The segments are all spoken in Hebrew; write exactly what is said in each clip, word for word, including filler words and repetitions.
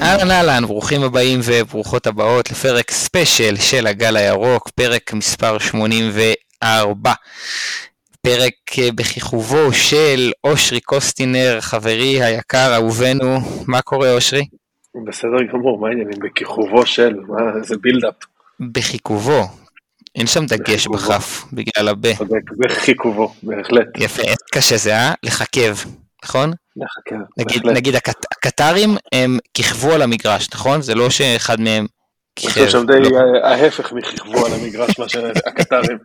אהלן אהלן, ברוכים הבאים וברוכות הבאות לפרק ספיישל של הגל הירוק, פרק מספר שמונים וארבע. פרק בכיכובו של אושרי קוסטינר, חברי היקר, אהובנו. מה קורה אושרי? בסדר גמור, מה העניינים? בכיכובו של, מה, זה בילדאפ. בכיכובו, אין שם דגש בחף, בגלל הב. בכיכובו, בהחלט. יפה, אין קשה זה, אה? לחכב, נכון? לחכב, נגיד, בהחלט. נגיד הקט, הקטרים הם כיכבו על המגרש, נכון? זה לא שאחד מהם כיכב. יש שם די לא. ההפך מכיכבו על המגרש, מה שהקטרים.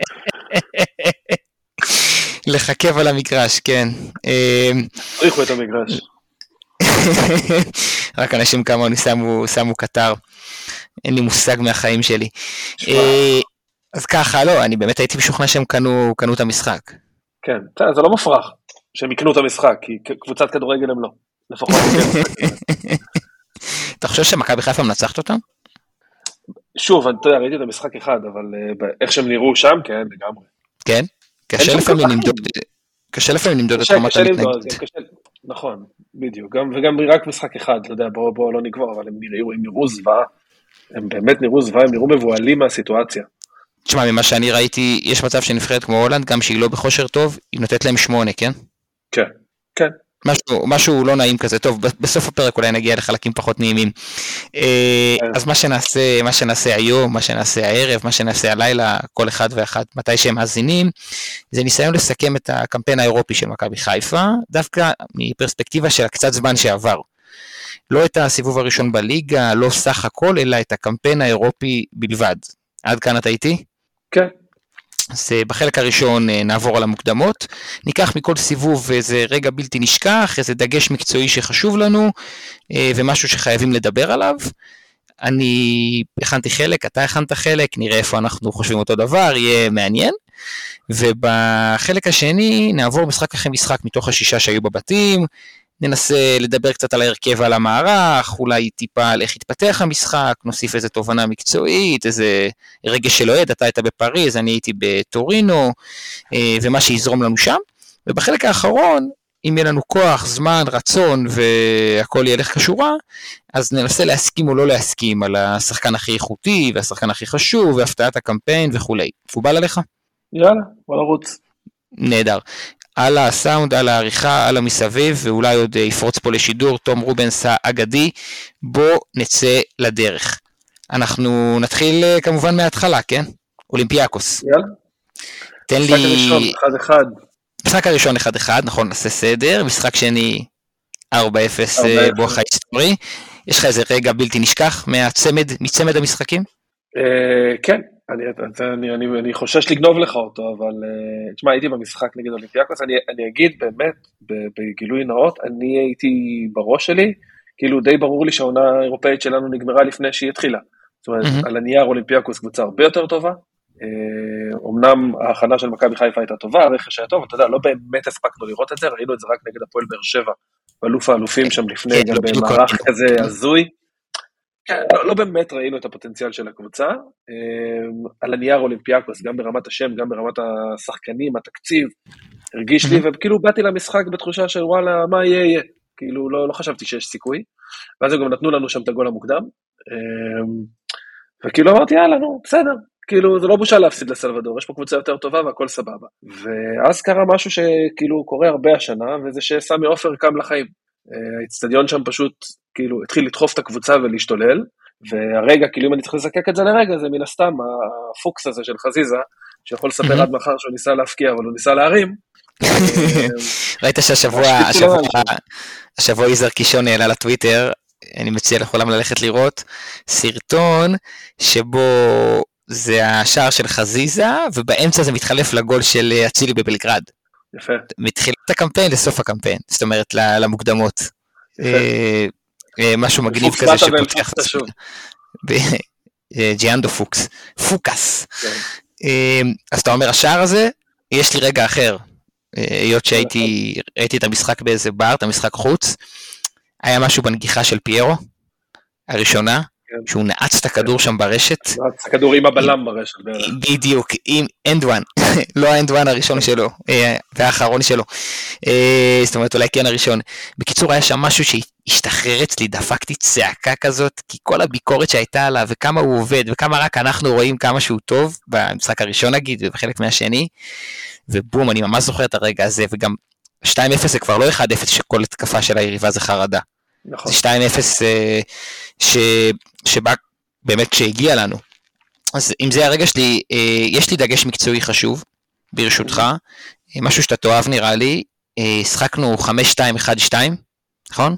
לחכב על המגרש, כן. צריכו את המגרש. רק אנשים כמוני שמו, שמו קטר. אין לי מושג מהחיים שלי. אז ככה, לא, אני באמת הייתי משוכנע שהם קנו, קנו את המשחק. כן, זה לא מפרח שהם יקנו את המשחק, כי קבוצת כדורגל הם לא. לפחות. אתה חושב שמכבי חיפה מנצחת אותם? שוב, אתה יודע, ראיתי את המשחק אחד, אבל איך שהם נראו שם, כן, לגמרי. כן? קשה לפעמים למדוד, קשה לפעמים למדוד את רמת המתנגדת. נכון, בדיוק, וגם רק משחק אחד, אתה יודע, בואו לא נגבור, אבל הם נראו זוועה, הם באמת נראו זוועה, הם נראו מבועלים מהסיטואציה. תשמע, ממה שאני ראיתי, יש מצב שנבחרת כמו הולנד, גם שהיא לא בכושר טוב, היא נותנת להם שמונה, כן? כן, כן. משהו, משהו לא נעים כזה, טוב, בסוף הפרק אולי נגיע לחלקים פחות נעימים. אז מה שנעשה, מה שנעשה היום, מה שנעשה הערב, מה שנעשה הלילה, כל אחד ואחד, מתי שהם מאזינים, זה ניסיון לסכם את הקמפיין האירופי של מכבי חיפה, דווקא מפרספקטיבה של קצת זמן שעבר. לא את הסיבוב הראשון בליגה, לא סך הכל, אלא את הקמפיין האירופי בלבד. עד כאן אתה איתי? כן. אז בחלק הראשון נעבור על המוקדמות, ניקח מכל סיבוב איזה רגע בלתי נשכח, איזה דגש מקצועי שחשוב לנו, ומשהו שחייבים לדבר עליו. אני הכנתי חלק, אתה הכנת חלק, נראה איפה אנחנו חושבים אותו דבר, יהיה מעניין. ובחלק השני נעבור משחק אחרי משחק מתוך השישה שהיו בבתים, ננסה לדבר קצת על ההרכב ועל המערך, אולי טיפה על איך התפתח המשחק, נוסיף איזו תובנה מקצועית, איזה רגש של אוהד, אתה היית בפריז, אני הייתי בטורינו, ומה שיזרום לנו שם. ובחלק האחרון, אם יהיה לנו כוח, זמן, רצון, והכל ילך כשורה, אז ננסה להסכים או לא להסכים על השחקן הכי איכותי, והשחקן הכי חשוב, והפתעת הקמפיין וכו'. פובל עליך? יאללה, בוא נרוץ. נהדר. על הסאונד, על העריכה, על המסביב, ואולי עוד יפרוץ פה לשידור, תום רובנס האגדי, בוא נצא לדרך. אנחנו נתחיל כמובן מההתחלה, כן? אולימפיאקוס. יאללה. תן משחק לי... הראשון, אחד אחד. משחק הראשון, אחד אחד, נכון, נעשה סדר. משחק שני, ארבע אפס בוח ההיסטורי. יש לך איזה רגע בלתי נשכח מהצמד, מצמד המשחקים? כן. אני, אני, אני, אני חושש לגנוב לך אותו, אבל, תשמע, הייתי במשחק נגד אולימפיאקוס, אני, אני אגיד באמת, בגילוי נאות, אני הייתי בראש שלי, כאילו די ברור לי שהעונה האירופאית שלנו נגמרה לפני שהיא התחילה. זאת אומרת, mm-hmm. על הנייר אולימפיאקוס קבוצה הרבה יותר טובה, אמנם ההכנה של מכבי חיפה הייתה טובה, הרכש היה טוב, אתה יודע, לא באמת הספקנו לראות את זה, ראינו את זה רק נגד הפועל באר שבע, באלוף האלופים שם לפני, גם במערך כזה הזוי, כן, לא, לא באמת ראינו את הפוטנציאל של הקבוצה, על הנייר אולימפיאקוס, גם ברמת השם, גם ברמת השחקנים, התקציב, הרגיש לי, וכאילו באתי למשחק בתחושה של וואלה, מה יהיה יהיה, כאילו לא, לא חשבתי שיש סיכוי, ואז הם גם נתנו לנו שם את הגול המוקדם, וכאילו אמרתי, יאללה, נו, בסדר, כאילו זה לא בושה להפסיד לסלבדור, יש פה קבוצה יותר טובה והכל סבבה, ואז קרה משהו שכאילו קורה הרבה השנה, וזה שסמי עופר קם לחיים, האצטדיון שם פשוט כאילו התחיל לדחוף את הקבוצה ולהשתולל, והרגע, כאילו אם אני צריך לזקק את זה לרגע, זה מן הסתם הפוקס הזה של חזיזה, שיכול לספר עד מחר שהוא ניסה להפקיע, אבל הוא ניסה להרים. ראית שהשבוע, השבוע יזהר קישון העלה לטוויטר, אני מציע לכולם ללכת לראות, סרטון שבו זה השער של חזיזה, ובאמצע זה מתחלף לגול של אצילי בבלגרד. יפה. מתחילת הקמפיין לסוף הקמפיין, זאת אומרת למוקדמות. משהו מגניב כזה שפותח ג'יאנדו פוקס פוקס. אז אתה אומר השער הזה, יש לי רגע אחר, היות שהייתי ראיתי את המשחק באיזה בר, את המשחק חוץ, היה משהו בנגיחה של פיירו הראשונה, שהוא נעץ את הכדור שם ברשת. נעץ את הכדור עם הבלם ברשת. בדיוק, עם אנד וואן, לא האנד וואן הראשון שלו, והאחרון שלו. זאת אומרת, אולי כן הראשון. בקיצור, היה שם משהו שהשתחרר אצלי, דפקתי צעקה כזאת, כי כל הביקורת שהייתה עליו, וכמה הוא עובד, וכמה רק אנחנו רואים כמה שהוא טוב, במשחק הראשון נגיד, ובחלק מהשני, ובום, אני ממש זוכר את הרגע הזה, וגם שתיים אפס זה כבר לא אחד אפס שכל התקפה של היריבה זה חרדה. נכון. זה שתיים אפס ש... שבא באמת כשהגיע לנו. אז אם זה הרגע שלי, יש לי דגש מקצועי חשוב, ברשותך, משהו שאתה תאהב נראה לי, שחקנו חמש שתיים אחת שתיים, נכון?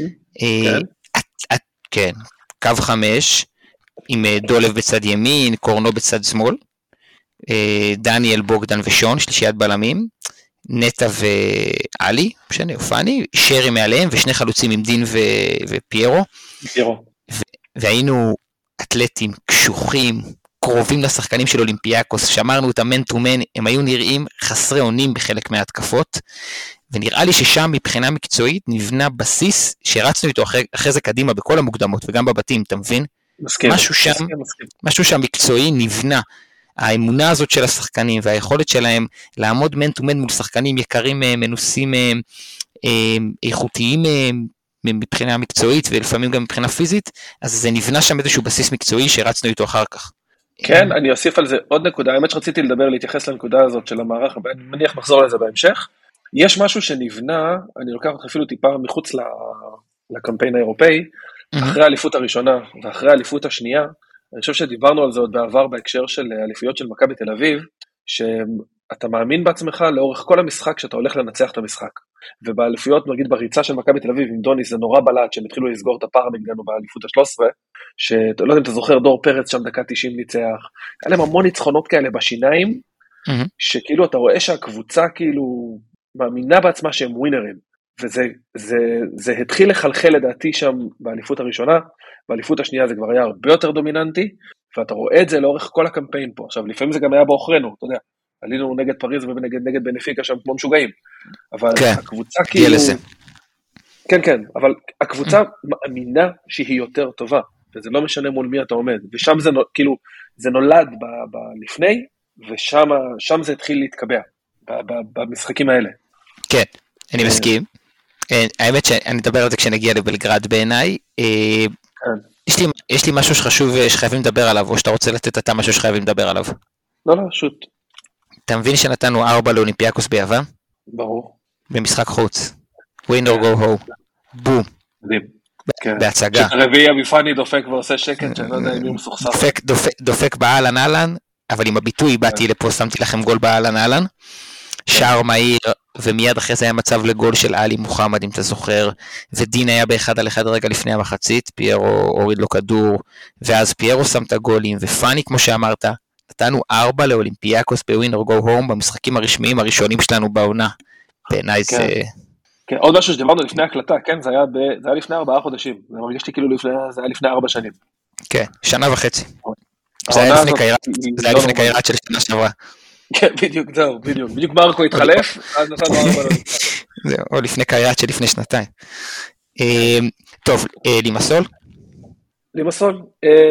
כן, קו חמש, עם דולב בצד ימין, קורנו בצד שמאל, דניאל, בוגדן ושון, שלישיית בלמים, נטה ואלי, משנה, אופני, שרי מעליהם, ושני חלוצים עם דין ו... ופיירו. פיירו. ו... והיינו אתלטים קשוחים, קרובים לשחקנים של אולימפיאקוס, שמרנו את המן טו מן, הם היו נראים חסרי אונים בחלק מההתקפות, ונראה לי ששם מבחינה מקצועית נבנה בסיס, שרצנו איתו אחרי, אחרי זה קדימה בכל המוקדמות, וגם בבתים, אתה מבין? מסכים. משהו שם, מסכים, מסכים. משהו שם מקצועי נבנה, האמונה הזאת של השחקנים והיכולת שלהם לעמוד מן טו מן מול שחקנים יקרים, מנוסים, איכותיים מבחינה מקצועית ולפעמים גם מבחינה פיזית, אז זה נבנה שם איזשהו בסיס מקצועי שרצנו איתו אחר כך. כן, אני אוסיף על זה עוד נקודה, האמת שרציתי לדבר, להתייחס לנקודה הזאת של המערך, אני מניח מחזור לזה בהמשך. יש משהו שנבנה, אני לוקח אותך אפילו טיפה מחוץ לקמפיין האירופאי, אחרי האליפות הראשונה ואחרי האליפות השנייה, אני חושב שדיברנו על זה עוד בעבר בהקשר של אליפויות של מכבי תל אביב, שאתה מאמין בעצמך לאורך כל המשחק שאתה הולך לנצח את המשחק. ובאליפויות, נגיד בריצה של מכבי תל אביב עם דוניס, זה נורא בלט שהם התחילו לסגור את הפער נגדנו באליפות ה-שלוש עשרה, שלא יודע אם אתה זוכר, דור פרץ שם דקה תשעים ניצח, היה להם המון ניצחונות כאלה בשיניים, שכאילו אתה רואה שהקבוצה כאילו מאמינה בעצמה שהם ווינרים, וזה זה, זה התחיל לחלחל לדעתי שם באליפות הראשונה, באליפות השנייה זה כבר היה הרבה יותר דומיננטי, ואתה רואה את זה לאורך כל הקמפיין פה. עכשיו, לפעמים זה גם היה באוכרנו, אתה יודע, עלינו נגד פריז ונגד בנפיקה שם כמו משוגעים, אבל כן, הקבוצה כאילו... כן, כן, אבל הקבוצה מאמינה שהיא יותר טובה, וזה לא משנה מול מי אתה עומד, ושם זה כאילו, זה נולד ב- ב- לפני, ושם שם זה התחיל להתקבע, ב- ב- במשחקים האלה. כן, אני מסכים. האמת שאני אדבר על זה כשנגיע לבלגרד בעיניי, יש לי, יש לי משהו שחשוב שחייבים לדבר עליו, או שאתה רוצה לתת אתה משהו שחייבים לדבר עליו. לא, לא, שוט. אתה מבין שנתנו ארבע לאולימפיאקוס ביוון? ברור. במשחק חוץ. win or go home. בום. מדהים. בהצגה. שרביעי המפני דופק ועושה שקט, שאני לא יודע אם הוא מסוכסך. דופק, דופק, דופק באלן אלן, אבל עם הביטוי באתי לפה, שמתי לכם גול באלן אלן. שער מהיר, ומיד אחרי זה היה מצב לגול של אלי מוחמד, אם אתה זוכר, ודין היה באחד על אחד רגע לפני המחצית, פיירו הוריד לו כדור, ואז פיירו שם את הגולים, ופני, כמו שאמרת, נתנו ארבע לאולימפיאקוס בווין או גו הום, במשחקים הרשמיים הראשונים שלנו בעונה. בעיניי זה... כן, עוד משהו שדיברנו לפני הקלטה, כן, זה היה, ב... זה היה לפני ארבעה חודשים, זה מרגיש לי כאילו לפני... זה היה לפני ארבע שנים. כן, שנה וחצי. זה היה לפני קיירת, זה היה לפני קיירת של שנה שעברה. כן, בדיוק, זהו, בדיוק, בדיוק מרקו התחלף, אז נתנו ארבע. זהו, או לפני קיירת של לפני שנתיים. טוב, לימסול? לימסול?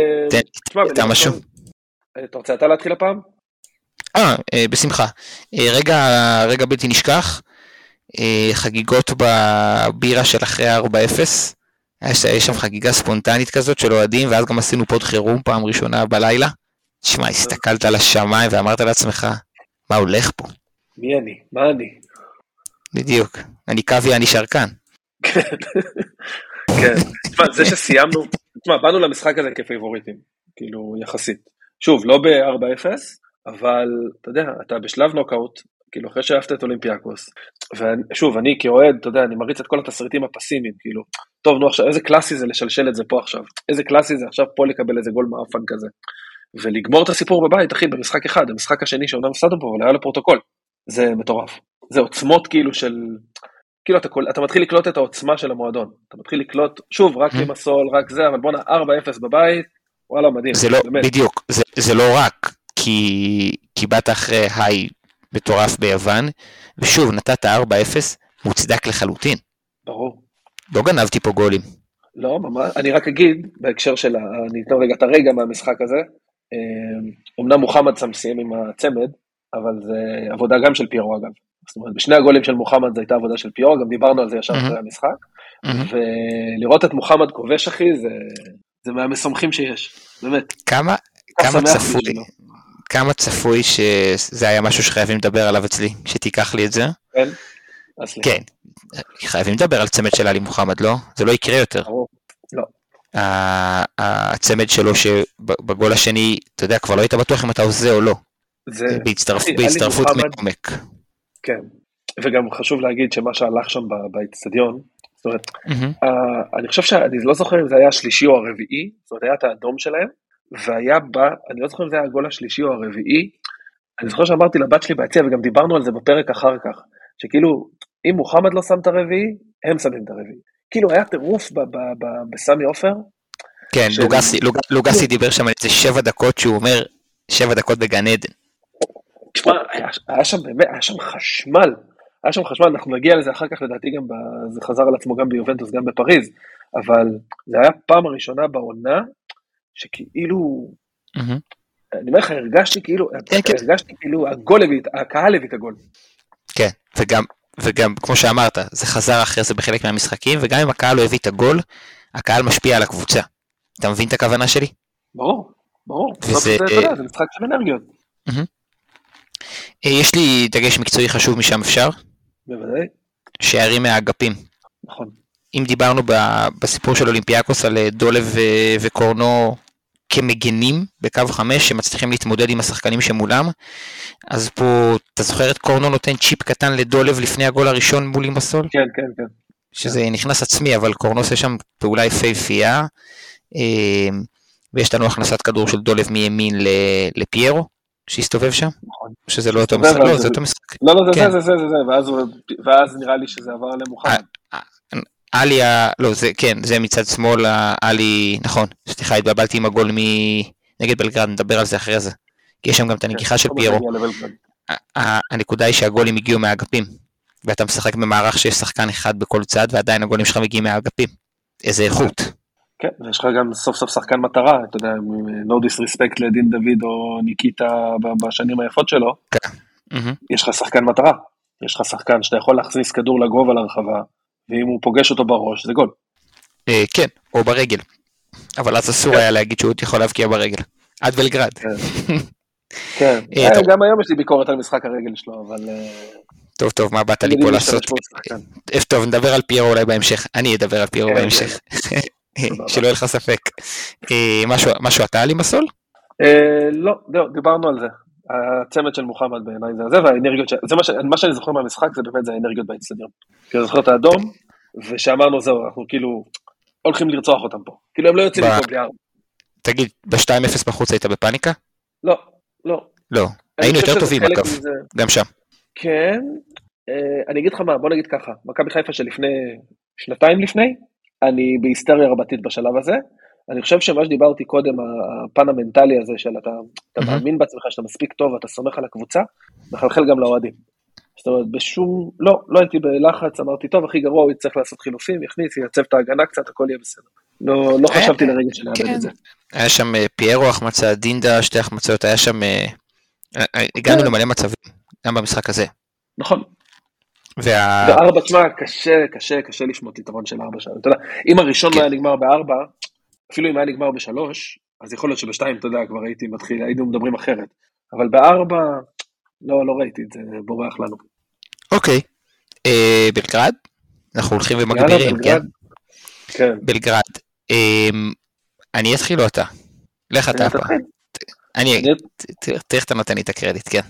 תן משהו. אתה רוצה אתה להתחיל הפעם? אה, בשמחה. רגע, רגע בלתי נשכח, חגיגות בבירה של אחרי ארבע אפס, יש שם חגיגה ספונטנית כזאת של אוהדים, ואז גם עשינו פוד חירום פעם ראשונה בלילה. תשמע, הסתכלת על השמיים ואמרת לעצמך, מה הולך פה? מי אני? מה אני? בדיוק, אני קווי, אני שרקן. כן, כן. תשמע, זה שסיימנו, תשמע, באנו למשחק הזה כפייבוריטים, כאילו יחסית. שוב, לא ב-ארבע אפס, אבל אתה יודע, אתה בשלב נוקאוט, כאילו אחרי שאהבת את אולימפיאקוס, ושוב, אני כאוהד, אתה יודע, אני מריץ את כל התסריטים הפסימיים, כאילו, טוב, נו עכשיו, איזה קלאסי זה לשלשל את זה פה עכשיו, איזה קלאסי זה עכשיו פה לקבל איזה גול מאפן כזה, ולגמור את הסיפור בבית, אחי, במשחק אחד, המשחק השני שאומנם הפסדנו פה, אבל היה לפרוטוקול, זה מטורף, זה עוצמות כאילו של, כאילו אתה, אתה מתחיל לקלוט את העוצמה של המועדון, אתה מתחיל לקלוט, שוב, רק עם הסול, רק זה, אבל בוא נה, ארבע אפס בבית, וואלה, מדהים. זה לא, בדיוק, זה, זה לא רק, כי, כי באת אחרי היי מטורף ביוון, ושוב, נתת ארבע אפס, מוצדק לחלוטין. ברור. לא גנבתי פה גולים. לא, ממש, אני רק אגיד, בהקשר של, אני אתן רגע את הרגע מהמשחק הזה, אמנם מוחמד שם סיים עם הצמד, אבל זה עבודה גם של פיירו אגב. זאת אומרת, בשני הגולים של מוחמד זה הייתה עבודה של פיירו, גם דיברנו על זה ישר אחרי המשחק, ולראות את מוחמד כובש אחי, זה מהמשמחים שיש, באמת. כמה, כמה צפוי, כמה צפוי שזה היה משהו שחייבים לדבר עליו אצלי, שתיקח לי את זה? כן. כן, חייבים לדבר על צמד של עלי מוחמד, לא? זה לא יקרה יותר. לא. הצמד שלו שבגול השני, אתה יודע, כבר לא היית בטוח אם אתה עושה או לא. בהצטרפות מעומק. כן, וגם חשוב להגיד שמה שהלך שם באצטדיון, זאת אומרת, אני חושב שאני לא זוכר אם זה היה השלישי או הרביעי, זאת אומרת, היה את האדום שלהם, והיה בה, אני לא זוכר אם זה היה הגול השלישי או הרביעי, אני זוכר שאמרתי לבת שלי ביציע, וגם דיברנו על זה בפרק אחר כך, שכאילו, אם מוחמד לא שם את הרביעי, הם שמים את הרביעי. כאילו, היה טירוף בסמי עופר. כן, לוגסי דיבר שם על איזה שבע דקות, שהוא אומר, שבע דקות בגן עדן. תשמע, היה שם באמת, היה שם חשמל, היה שם חשמל, אנחנו נגיע לזה אחר כך, לדעתי גם, זה חזר על עצמו גם ביובנטוס, גם בפריז, אבל זה היה פעם הראשונה בעונה, שכאילו, אני אומר לך, הרגשתי כאילו, הרגשתי כאילו, הגול הביא, הקהל הביא את הגול. כן, וגם, וגם, כמו שאמרת, זה חזר אחרי זה בחלק מהמשחקים, וגם אם הקהל לא הביא את הגול, הקהל משפיע על הקבוצה. אתה מבין את הכוונה שלי? ברור, ברור. וזה, זה, אתה יודע, זה משחק של אנרגיות. יש לי דגש מקצועי חשוב משם אפשר? בוודאי. שערים מהאגפים. נכון. אם דיברנו בסיפור של אולימפיאקוס על דולב וקורנו כמגנים בקו חמש, שמצליחים להתמודד עם השחקנים שמולם, אז פה, אתה זוכר את קורנו נותן צ'יפ קטן לדולב לפני הגול הראשון מול אימבסול? כן, כן, כן. שזה נכנס עצמי, אבל קורנו עושה שם פעולה יפהפייה, ויש לנו הכנסת כדור של דולב מימין לפיירו, שהסתובב שם, שזה לא אותו משחק, לא, זה אותו משחק. לא, לא, זה זה, זה זה, ואז נראה לי שזה עבר למוחמד. אלי, לא, זה, כן, זה מצד שמאל, אלי, נכון, סליחה, התבלבלתי עם הגול נגד בלגרד, נדבר על זה אחרי זה, כי יש שם גם את הנגיחה של פיירו. הנקודה היא שהגולים הגיעו מהאגפים, ואתה משחק במערך שיש שחקן אחד בכל צד, ועדיין הגולים שלך מגיעים מהאגפים. איזה איכות. כן, ויש לך גם סוף סוף שחקן מטרה, אתה יודע, no disrespect לדין דוד או ניקיטה בשנים היפות שלו, יש לך שחקן מטרה, יש לך שחקן שאתה יכול להכניס כדור לגובה לרחבה, ואם הוא פוגש אותו בראש, זה גול. כן, או ברגל. אבל אז אסור היה להגיד שהוא יכול להבקיע ברגל. עד בלגרד. כן, גם היום יש לי ביקורת על משחק הרגל שלו, אבל... טוב, טוב, מה באת לי פה לעשות? טוב, נדבר על פיירו אולי בהמשך. אני אדבר על פיירו בהמשך. שלא יהיה לך ספק. משהו אתה עלי מסול? לא, דיברנו על זה. הצמד של מוחמד בעיניי זה הזה, והאנרגיות, מה שאני זוכר מהמשחק זה באמת זה האנרגיות באצטדיון. כי אני זוכר את האדום, ושאמרנו זהו, אנחנו כאילו הולכים לרצוח אותם פה. כאילו הם לא יוצאים מפה בלי ארבע. תגיד, ב-שתיים אפס בחוץ היית בפאניקה? לא, לא. לא, היינו יותר טובים אגב, גם שם. כן, אני אגיד לך מה, בוא נגיד ככה, מכבי חיפה שלפני, שנתיים לפני, אני בהיסטריה רבתית בשלב הזה, אני חושב שמה שדיברתי קודם, הפן המנטלי הזה של אתה, אתה מאמין בעצמך שאתה מספיק טוב, אתה סומך על הקבוצה, מחלחל גם לאוהדים. זאת אומרת, בשום, לא, לא הייתי בלחץ, אמרתי, טוב, הכי גרוע, הוא יצטרך לעשות חילופים, יכניס, יעצב את ההגנה קצת, הכל יהיה בסדר. לא, לא חשבתי לרגע שנאבד את זה. היה שם פיירו החמצה, דינדה, שתי החמצות, היה שם, הגענו למלא מצבים, גם במשחק הזה. נכון. וארבע, תשמע, קשה, קשה, קשה לשמות יתרון של ארבע שעה. אתה יודע, אם הראשון היה נגמר בארבע, אפילו אם היה נגמר בשלוש, אז יכול להיות שבשתיים, אתה יודע, כבר הייתי מתחיל, היינו מדברים אחרת. אבל בארבע, לא, לא ראיתי את זה, בורח לנו. אוקיי. בלגרד? אנחנו הולכים ומגבירים, כן? כן. בלגרד. אני אתחיל או אתה? לך אתה פה. אני, תראה אתה נותן לי את הקרדיט, כן.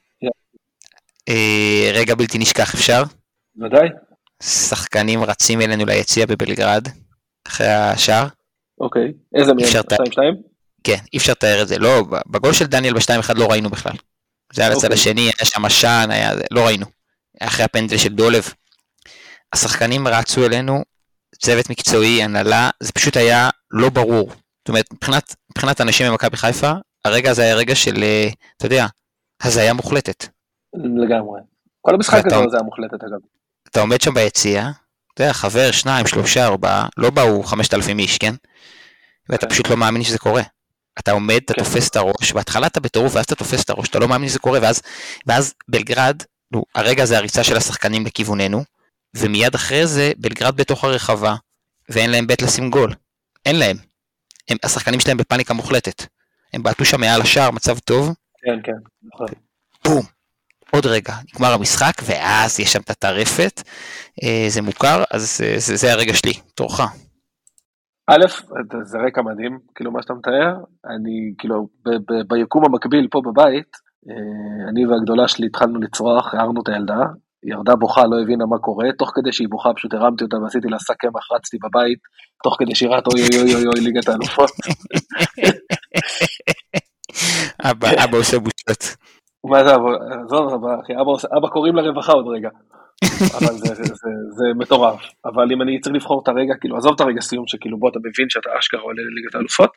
רגע בלתי נשכח, אפשר? ודאי. שחקנים רצים אלינו ליציע בבלגרד, אחרי השער. אוקיי, איזה מהם? שתיים שתיים? כן, אי אפשר לתאר את זה. לא, בגול של דניאל ב-שתיים אחד לא ראינו בכלל. זה היה לצד השני, היה שם עשן, לא ראינו. אחרי הפנדל של דולב. השחקנים רצו אלינו, צוות מקצועי, הנהלה, זה פשוט היה לא ברור. זאת אומרת, מבחינת, מבחינת אנשים במכבי חיפה, הרגע הזה היה רגע של, אתה יודע, הזיה מוחלטת. לגמרי. כל המשחק הזה זה היה מוחלטת אגב. אתה עומד שם ביציע, אתה יודע, חבר, שניים, שלושה, ארבעה, לא באו חמשת אלפים איש, כן? ואתה פשוט לא מאמין שזה קורה. אתה עומד, אתה תופס את הראש, בהתחלה אתה בטירוף, ואז אתה תופס את הראש, אתה לא מאמין שזה קורה, ואז, ואז בלגרד, נו, הרגע זה הריצה של השחקנים לכיווננו, ומיד אחרי זה, בלגרד בתוך הרחבה, ואין להם בית לשים גול. אין להם. הם, השחקנים שלהם בפאניקה מוחלטת. הם בעטו שם מעל השער, מצב טוב. כן, כן, נכון. בום. עוד רגע, נגמר המשחק, ואז יש שם את הטרפת, זה מוכר, אז זה, זה הרגע שלי, תורך. א', זה רקע מדהים, כאילו מה שאתה מתאר, אני כאילו, ב- ב- ביקום המקביל פה בבית, אני והגדולה שלי התחלנו לצרוח, הערנו את הילדה, ירדה בוכה, לא הבינה מה קורה, תוך כדי שהיא בוכה, פשוט הרמתי אותה ועשיתי לה שק קמח, רצתי בבית, תוך כדי שהיא ראתה אוי אוי אוי אוי ליגת האלופות. אבא, אבא עושה בושות. מה זה אבא? עזוב אבא, אחי, אבא, אבא קוראים לרווחה עוד רגע. אבל זה, זה, זה, זה מטורף. אבל אם אני צריך לבחור את הרגע, כאילו, עזוב את הרגע סיום, שכאילו בוא אתה מבין שאתה אשכרה עולה לליגת האלופות,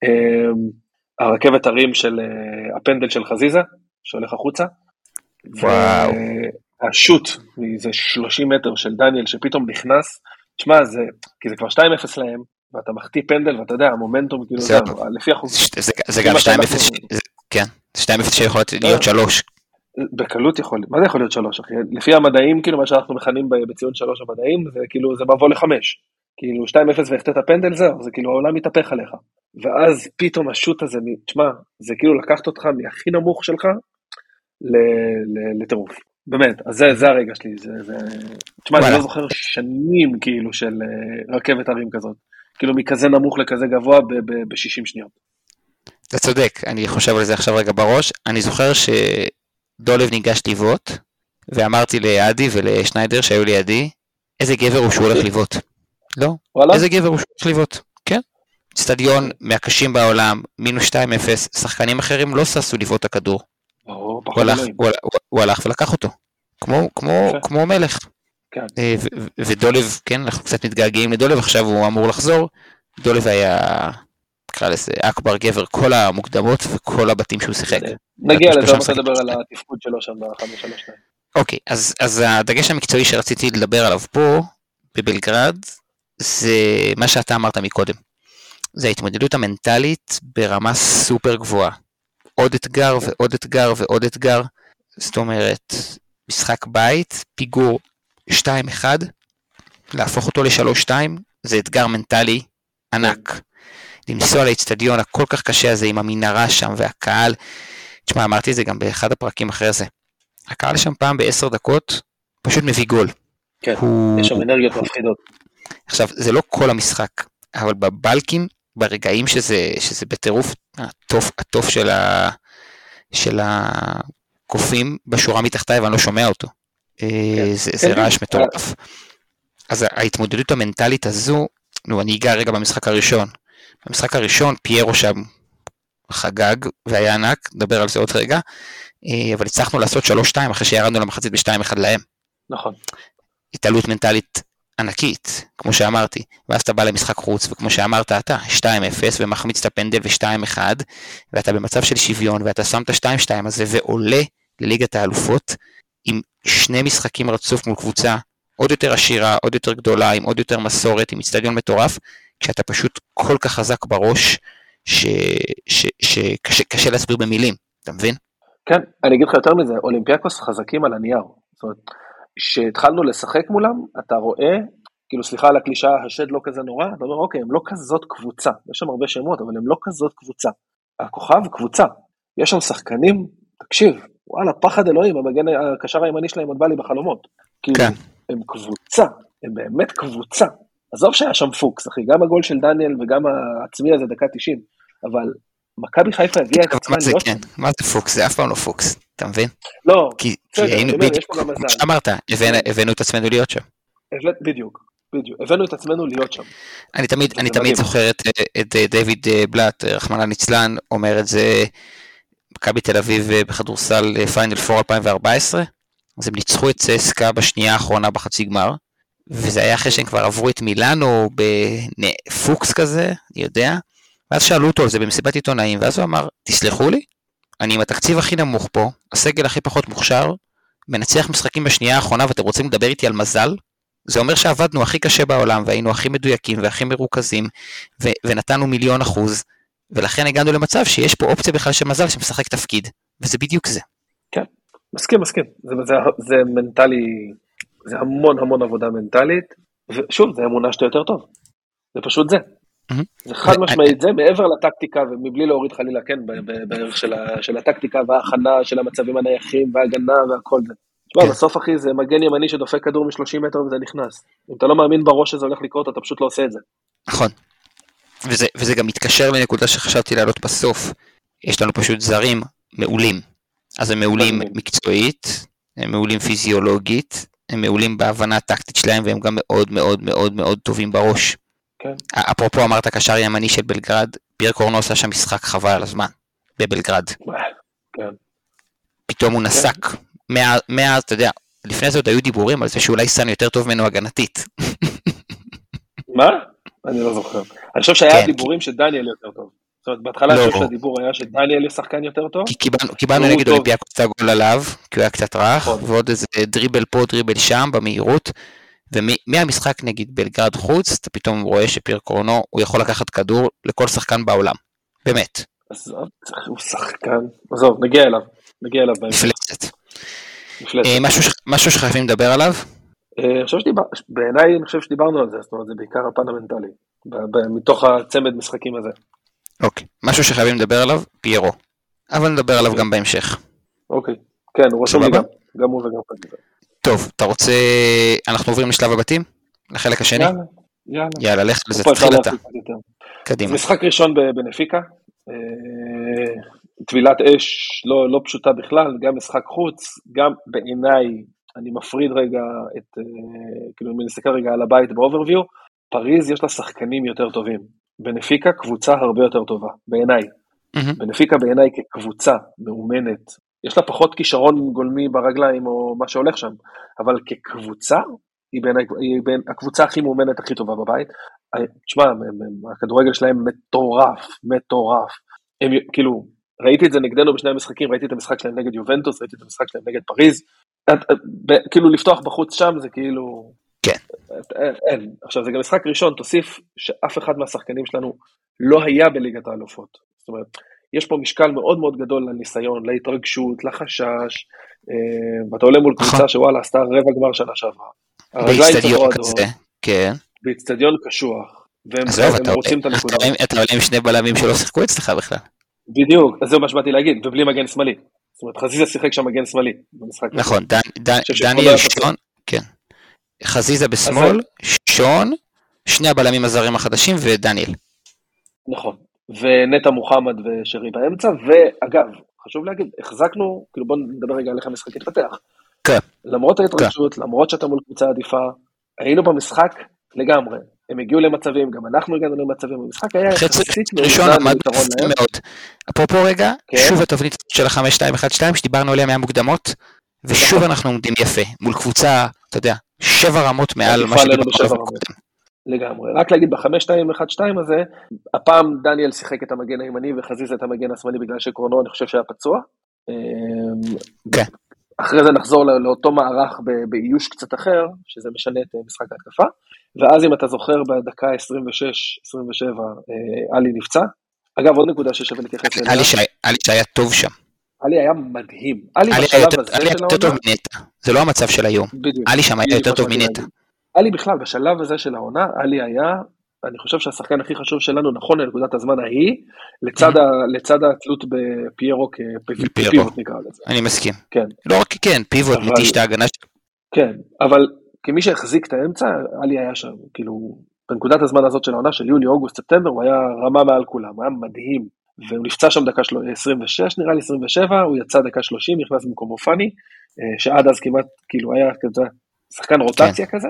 הרכבת הרים של הפנדל של חזיזה, שהולך החוצה, וואו. והשוט, זה שלושים מטר של דניאל, שפתאום נכנס, תשמע, זה, כי זה כבר שתיים אפס להם, ואתה מחטיא פנדל, ואתה יודע, המומנטום, כאילו, זה, לפי אחוז. זה גם שתיים אפס, כן, שתיים אפס שיכול להיות שלוש. בקלות יכול, מה זה יכול להיות שלוש, אחי? לפי המדעים, כאילו, מה שאנחנו מכנים בציון שלוש המדעים, זה כאילו, זה מבוא לחמש. כאילו, שתיים אפס והחטאת הפנדל, זהו, זה כאילו, העולם מתהפך עליך. ואז פתאום השוט הזה, תשמע, זה כאילו לקחת אותך מהכי נמוך שלך, לטירוף. באמת, אז זה, זה הרגע שלי, זה, זה, תשמע, אני לא זוכר שנים, כאילו, של רכבת הרים כזאת. כאילו, מכזה נמוך לכזה גבוה, ב-שישים שניות. אתה צודק, אני חושב על זה עכשיו רגע בראש. אני זוכר שדולב ניגש ליוות, ואמרתי לידי ולשניידר שהיו לידי, איזה גבר הוא שהוא הולך ליוות. לא? איזה גבר הוא שהוא הולך ליוות. כן. סטדיון מהקשים בעולם, מינוס שתיים אפס, שחקנים אחרים לא ססו ליוות את הכדור. הוא הלך ולקח אותו. כמו מלך. ודולב, כן, אנחנו קצת מתגעגעים לדולב, עכשיו הוא אמור לחזור. דולב היה... נקרא לזה אקבר גבר, כל המוקדמות וכל הבתים שהוא שיחק. נגיע לזה, אני רוצה לדבר על התפקוד שלו שם ב-חמש שלוש שתיים. אוקיי, אז הדגש המקצועי שרציתי לדבר עליו פה, בבלגרד, זה מה שאתה אמרת מקודם. זה ההתמודדות המנטלית ברמה סופר גבוהה. עוד אתגר ועוד אתגר ועוד אתגר. זאת אומרת, משחק בית, פיגור שתיים אחד, להפוך אותו ל-שלוש שתיים, זה אתגר מנטלי ענק. לנסוע לאצטדיון הכל כך קשה הזה עם המנהרה שם והקהל, תשמע, אמרתי את זה גם באחד הפרקים אחרי זה, הקהל שם פעם בעשר דקות פשוט מביא גול. כן, הוא... יש שם אנרגיות מפחידות. עכשיו, זה לא כל המשחק, אבל בבלקים, ברגעים שזה, שזה בטירוף, הטוף, הטוף של, ה... של הקופים בשורה מתחתיי, ואני לא שומע אותו. כן. זה, כן, זה כן. רעש מטורף. אז ההתמודדות המנטלית הזו, נו, אני אגע רגע במשחק הראשון. במשחק הראשון, פיירו שם חגג, והיה ענק, נדבר על זה עוד רגע, אבל הצלחנו לעשות שלוש שתיים, אחרי שירדנו למחצית ב-שתיים אחד להם. נכון. התעלות מנטלית ענקית, כמו שאמרתי, ואז אתה בא למשחק חוץ, וכמו שאמרת אתה, שתיים אפס, ומחמיץ את הפנדל ו-שתיים אחד, ואתה במצב של שוויון, ואתה שם את ה-שתיים שתיים הזה, ועולה לליגת האלופות, עם שני משחקים רצוף מול קבוצה, עוד יותר עשירה, עוד יותר גדולה, עם עוד יותר מסורת, עם אצטדיון מטורף, כשאתה פשוט כל כך חזק בראש, שקשה להסביר במילים, אתה מבין? כן, אני אגיד לך יותר מזה, אולימפיאקוס חזקים על הנייר, זאת אומרת, שהתחלנו לשחק מולם, אתה רואה, כאילו סליחה על הקלישה, השד לא כזה נורא, אתה אומר, אוקיי, הם לא כזאת קבוצה, יש שם הרבה שמות, אבל הם לא כזאת קבוצה, הכוכב קבוצה, יש שם שחקנים, תקשיב, וואלה, פחד אלוהים, המגן הקשר הימני שלהם עוד בא לי בחלומות, כאילו, כן. הם קבוצה, הם באמת קבוצה, עזוב שהיה שם פוקס, אחי, גם הגול של דניאל וגם העצמי הזה דקה תשעים, אבל מכבי חיפה הגיעה את עצמה להיות שם. מה זה פוקס? זה אף פעם לא פוקס, אתה מבין? לא, כי היינו בדיוק, כמו שאמרת, הבאנו את עצמנו להיות שם. בדיוק, בדיוק, הבאנו את עצמנו להיות שם. אני תמיד זוכר את דיוויד בלאט, רחמנא ליצלן, אומר את זה, מכבי תל אביב בכדורסל פיינל פור אלפיים וארבע עשרה, אז הם ניצחו את צסקה בשנייה האחרונה בחצי גמר, וזה היה אחרי שהם כבר עברו את מילאנו בפוקס כזה, אני יודע, ואז שאלו אותו על זה במסיבת עיתונאים, ואז הוא אמר, תסלחו לי, אני עם התקציב הכי נמוך פה, הסגל הכי פחות מוכשר, מנצח משחקים בשנייה האחרונה, ואתם רוצים לדבר איתי על מזל? זה אומר שעבדנו הכי קשה בעולם, והיינו הכי מדויקים והכי מרוכזים, ו- ונתנו מיליון אחוז, ולכן הגענו למצב שיש פה אופציה בכלל של מזל שמשחק תפקיד, וזה בדיוק זה. כן, מסכים, מסכים. זה, זה, זה מנטלי, זה המון המון עבודה מנטלית, ושוב, זה אמונה שאתה יותר טוב. זה פשוט זה. זה חד משמעית זה, מעבר לטקטיקה, ומבלי להוריד חלילה, כן, בערך של הטקטיקה, וההכנה של המצבים הנייחים, וההגנה והכל זה. תשמע, בסוף אחי, זה מגן ימני שדופק כדור מ-שלושים מטר וזה נכנס. אם אתה לא מאמין בראש שזה הולך לקרות, אתה פשוט לא עושה את זה. נכון. וזה, וזה גם מתקשר לנקודה שחשבתי לעלות בסוף. יש לנו פשוט זרים מעולים. אז הם מעולים מקצועית, הם מעולים פיזיולוגית, הם מעולים בהבנה הטקטית שלהם, והם גם מאוד מאוד מאוד מאוד טובים בראש. כן. אפרופו אמרת קשר ימני של בלגרד, פייר קורנו עשה שם משחק חבל על הזמן, בבלגרד. כן. פתאום הוא נסק. מאז, אתה יודע, לפני זה עוד היו דיבורים על זה שאולי סן יותר טוב ממנו הגנתית. מה? אני לא זוכר. אני חושב שהיה דיבורים שדניאל יותר טוב. זאת אומרת, בהתחלה אני חושב שהדיבור היה שדניאל שחקן יותר טוב. כי קיבלנו נגד אולימפיאקוס את הגול עליו, כי הוא היה קצת רך, ועוד איזה דריבל פה, דריבל שם, במהירות, ומהמשחק נגד בלגרד חוץ, אתה פתאום רואה שפייר קורנו, הוא יכול לקחת כדור לכל שחקן בעולם. באמת. עזוב, הוא שחקן. עזוב, נגיע אליו. נגיע אליו. מפלצת. משהו שחייבים לדבר עליו? בעיניי אני חושב שדיברנו על זה, זאת אומרת, זה בעיקר הפן המנטלי, מתוך הצמד משחקים הזה. אוקיי, משהו שחייבים לדבר עליו, פיירו. אבל נדבר עליו גם בהמשך. אוקיי, כן, הוא רשום לי גם, גם הוא וגם פיירו. טוב, אתה רוצה, אנחנו עוברים לשלב הבתים? לחלק השני? יאללה, יאללה. יאללה, לך לזה, תתחיל אתה. קדימה. משחק ראשון בנפיקה, טבילת אש לא, לא פשוטה בכלל, גם משחק חוץ, גם בעיניי, אני מפריד רגע את, כאילו אני מסתכל רגע על הבית באוברוויו, פריז יש לה שחקנים יותר טובים, בנפיקה קבוצה הרבה יותר טובה, בעיניי. Mm-hmm. בנפיקה בעיניי כקבוצה מאומנת, יש לה פחות כישרון גולמי ברגליים או מה שהולך שם, אבל כקבוצה, היא בעיניי, היא בין, הקבוצה הכי מאומנת הכי טובה בבית. תשמע, הכדורגל שלהם מטורף, מטורף. הם כאילו, ראיתי את זה נגדנו בשני המשחקים, ראיתי את המשחק שלהם נגד יובנטוס, ראיתי את המשחק שלהם נגד פריז, כאילו לפתוח בחוץ שם זה כאילו, כן. אין. עכשיו זה גם משחק ראשון, תוסיף שאף אחד מהשחקנים שלנו לא היה בליגת האלופות. זאת אומרת, יש פה משקל מאוד מאוד גדול לניסיון, להתרגשות, לחשש, ואתה עולה מול קבוצה שוואלה, עשתה רבע גמר שנה שעברה. באצטדיון כזה, כן. באצטדיון קשוח, והם רוצים את הנקודה. אתה עולה עם שני בלמים שלא שיחקו אצלך בכלל. בדיוק, אז זה מה שבאתי להגיד, ובלי מגן שמאלי. זאת אומרת, חזיזה שיחק שם מגן שמאלי במשחק. נכון, דניאל שון, כן. חזיזה בשמאל, שון, שני הבלמים הזרים החדשים ודניאל. נכון, ונטע מוחמד ושרי באמצע, ואגב, חשוב להגיד, החזקנו, כאילו בוא נדבר רגע על איך המשחק התפתח. כן. למרות ההתרגשות, למרות שאתה מול קבוצה עדיפה, היינו במשחק לגמרי. הם הגיעו למצבים, גם אנחנו הגענו למצבים, המשחק היה יחסית מאוזן ליתרון להם. אפרופו רגע, שוב התבנית של ה-חמש שתיים אחת שתיים, שדיברנו עליה מהמוקדמות, ושוב אנחנו עומדים יפה, מול קבוצה, אתה יודע, שבע רמות מעל מה שדיברנו קודם. לגמרי, רק להגיד ב-חמש שתיים אחת שתיים הזה, הפעם דניאל שיחק את המגן הימני, וחזיזה את המגן השמאלי, בגלל שקרונו אני חושב שהיה פצוע. כן. אחרי זה נחזור לאותו מערך באיוש קצת אחר, שזה משנה את משחק ההתקפה, ואז אם אתה זוכר בדקה עשרים ושש עשרים ושבע, אלי נפצע. אגב, עוד נקודה ששווה להתייחס אליה. אלי שהיה טוב שם. אלי היה מדהים. אלי בשלב הזה של העונה. זה לא המצב של היום. אלי שם היה יותר טוב מנטע. אלי בכלל, בשלב הזה של העונה, אלי היה, אני חושב שהשחקן הכי חשוב שלנו, נכון לנקודת הזמן ההיא, לצד התלות בפיירו כפיבוט נקרא לזה. אני מסכים. כן. לא רק כן, פיבוט מתיש את ההגנה שלו. כן, אבל כמי שהחזיק את האמצע, אלי היה שם, כאילו, בנקודת הזמן הזאת של העונה, של יולי, אוגוסט, ספטמבר, הוא היה רמה מעל כולם, הוא היה מדהים, והוא נפצע שם דקה עשרים ושש, נראה לי עשרים ושבע, הוא יצא דקה שלושים, נכנס במקומו פני, שעד אז כמעט, כאילו, היה כזה, שחקן רוטציה כזה,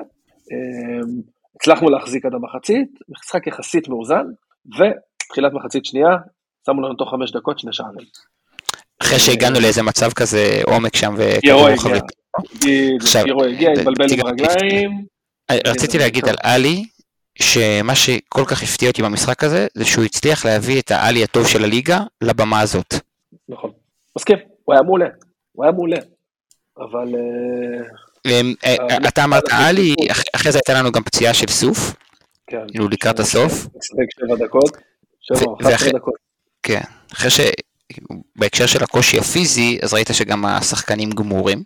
הצלחנו להחזיק עד המחצית, משחק יחסית מאוזן, ותחילת מחצית שנייה, שמו לנו תוך חמש דקות שני שערים. אחרי שהגענו לאיזה מצב כזה עומק שם, פירו הגיע, פירו הגיע, התבלבל עם הרגליים. רציתי להגיד על אלי, שמה שכל כך הפתיע אותי במשחק הזה, זה שהוא הצליח להביא את האלי הטוב של הליגה לבמה הזאת. נכון, מסכים, הוא היה מעולה, הוא היה מעולה, אבל אתה אמרת עלי, אחרי זה הייתה לנו גם פציעה של סוף, כאילו לקראת הסוף. משחק שבע דקות, שבע, אחת עשרה דקות. כן, אחרי ש... בהקשר של הקושי הפיזי, אז ראית שגם השחקנים גמורים,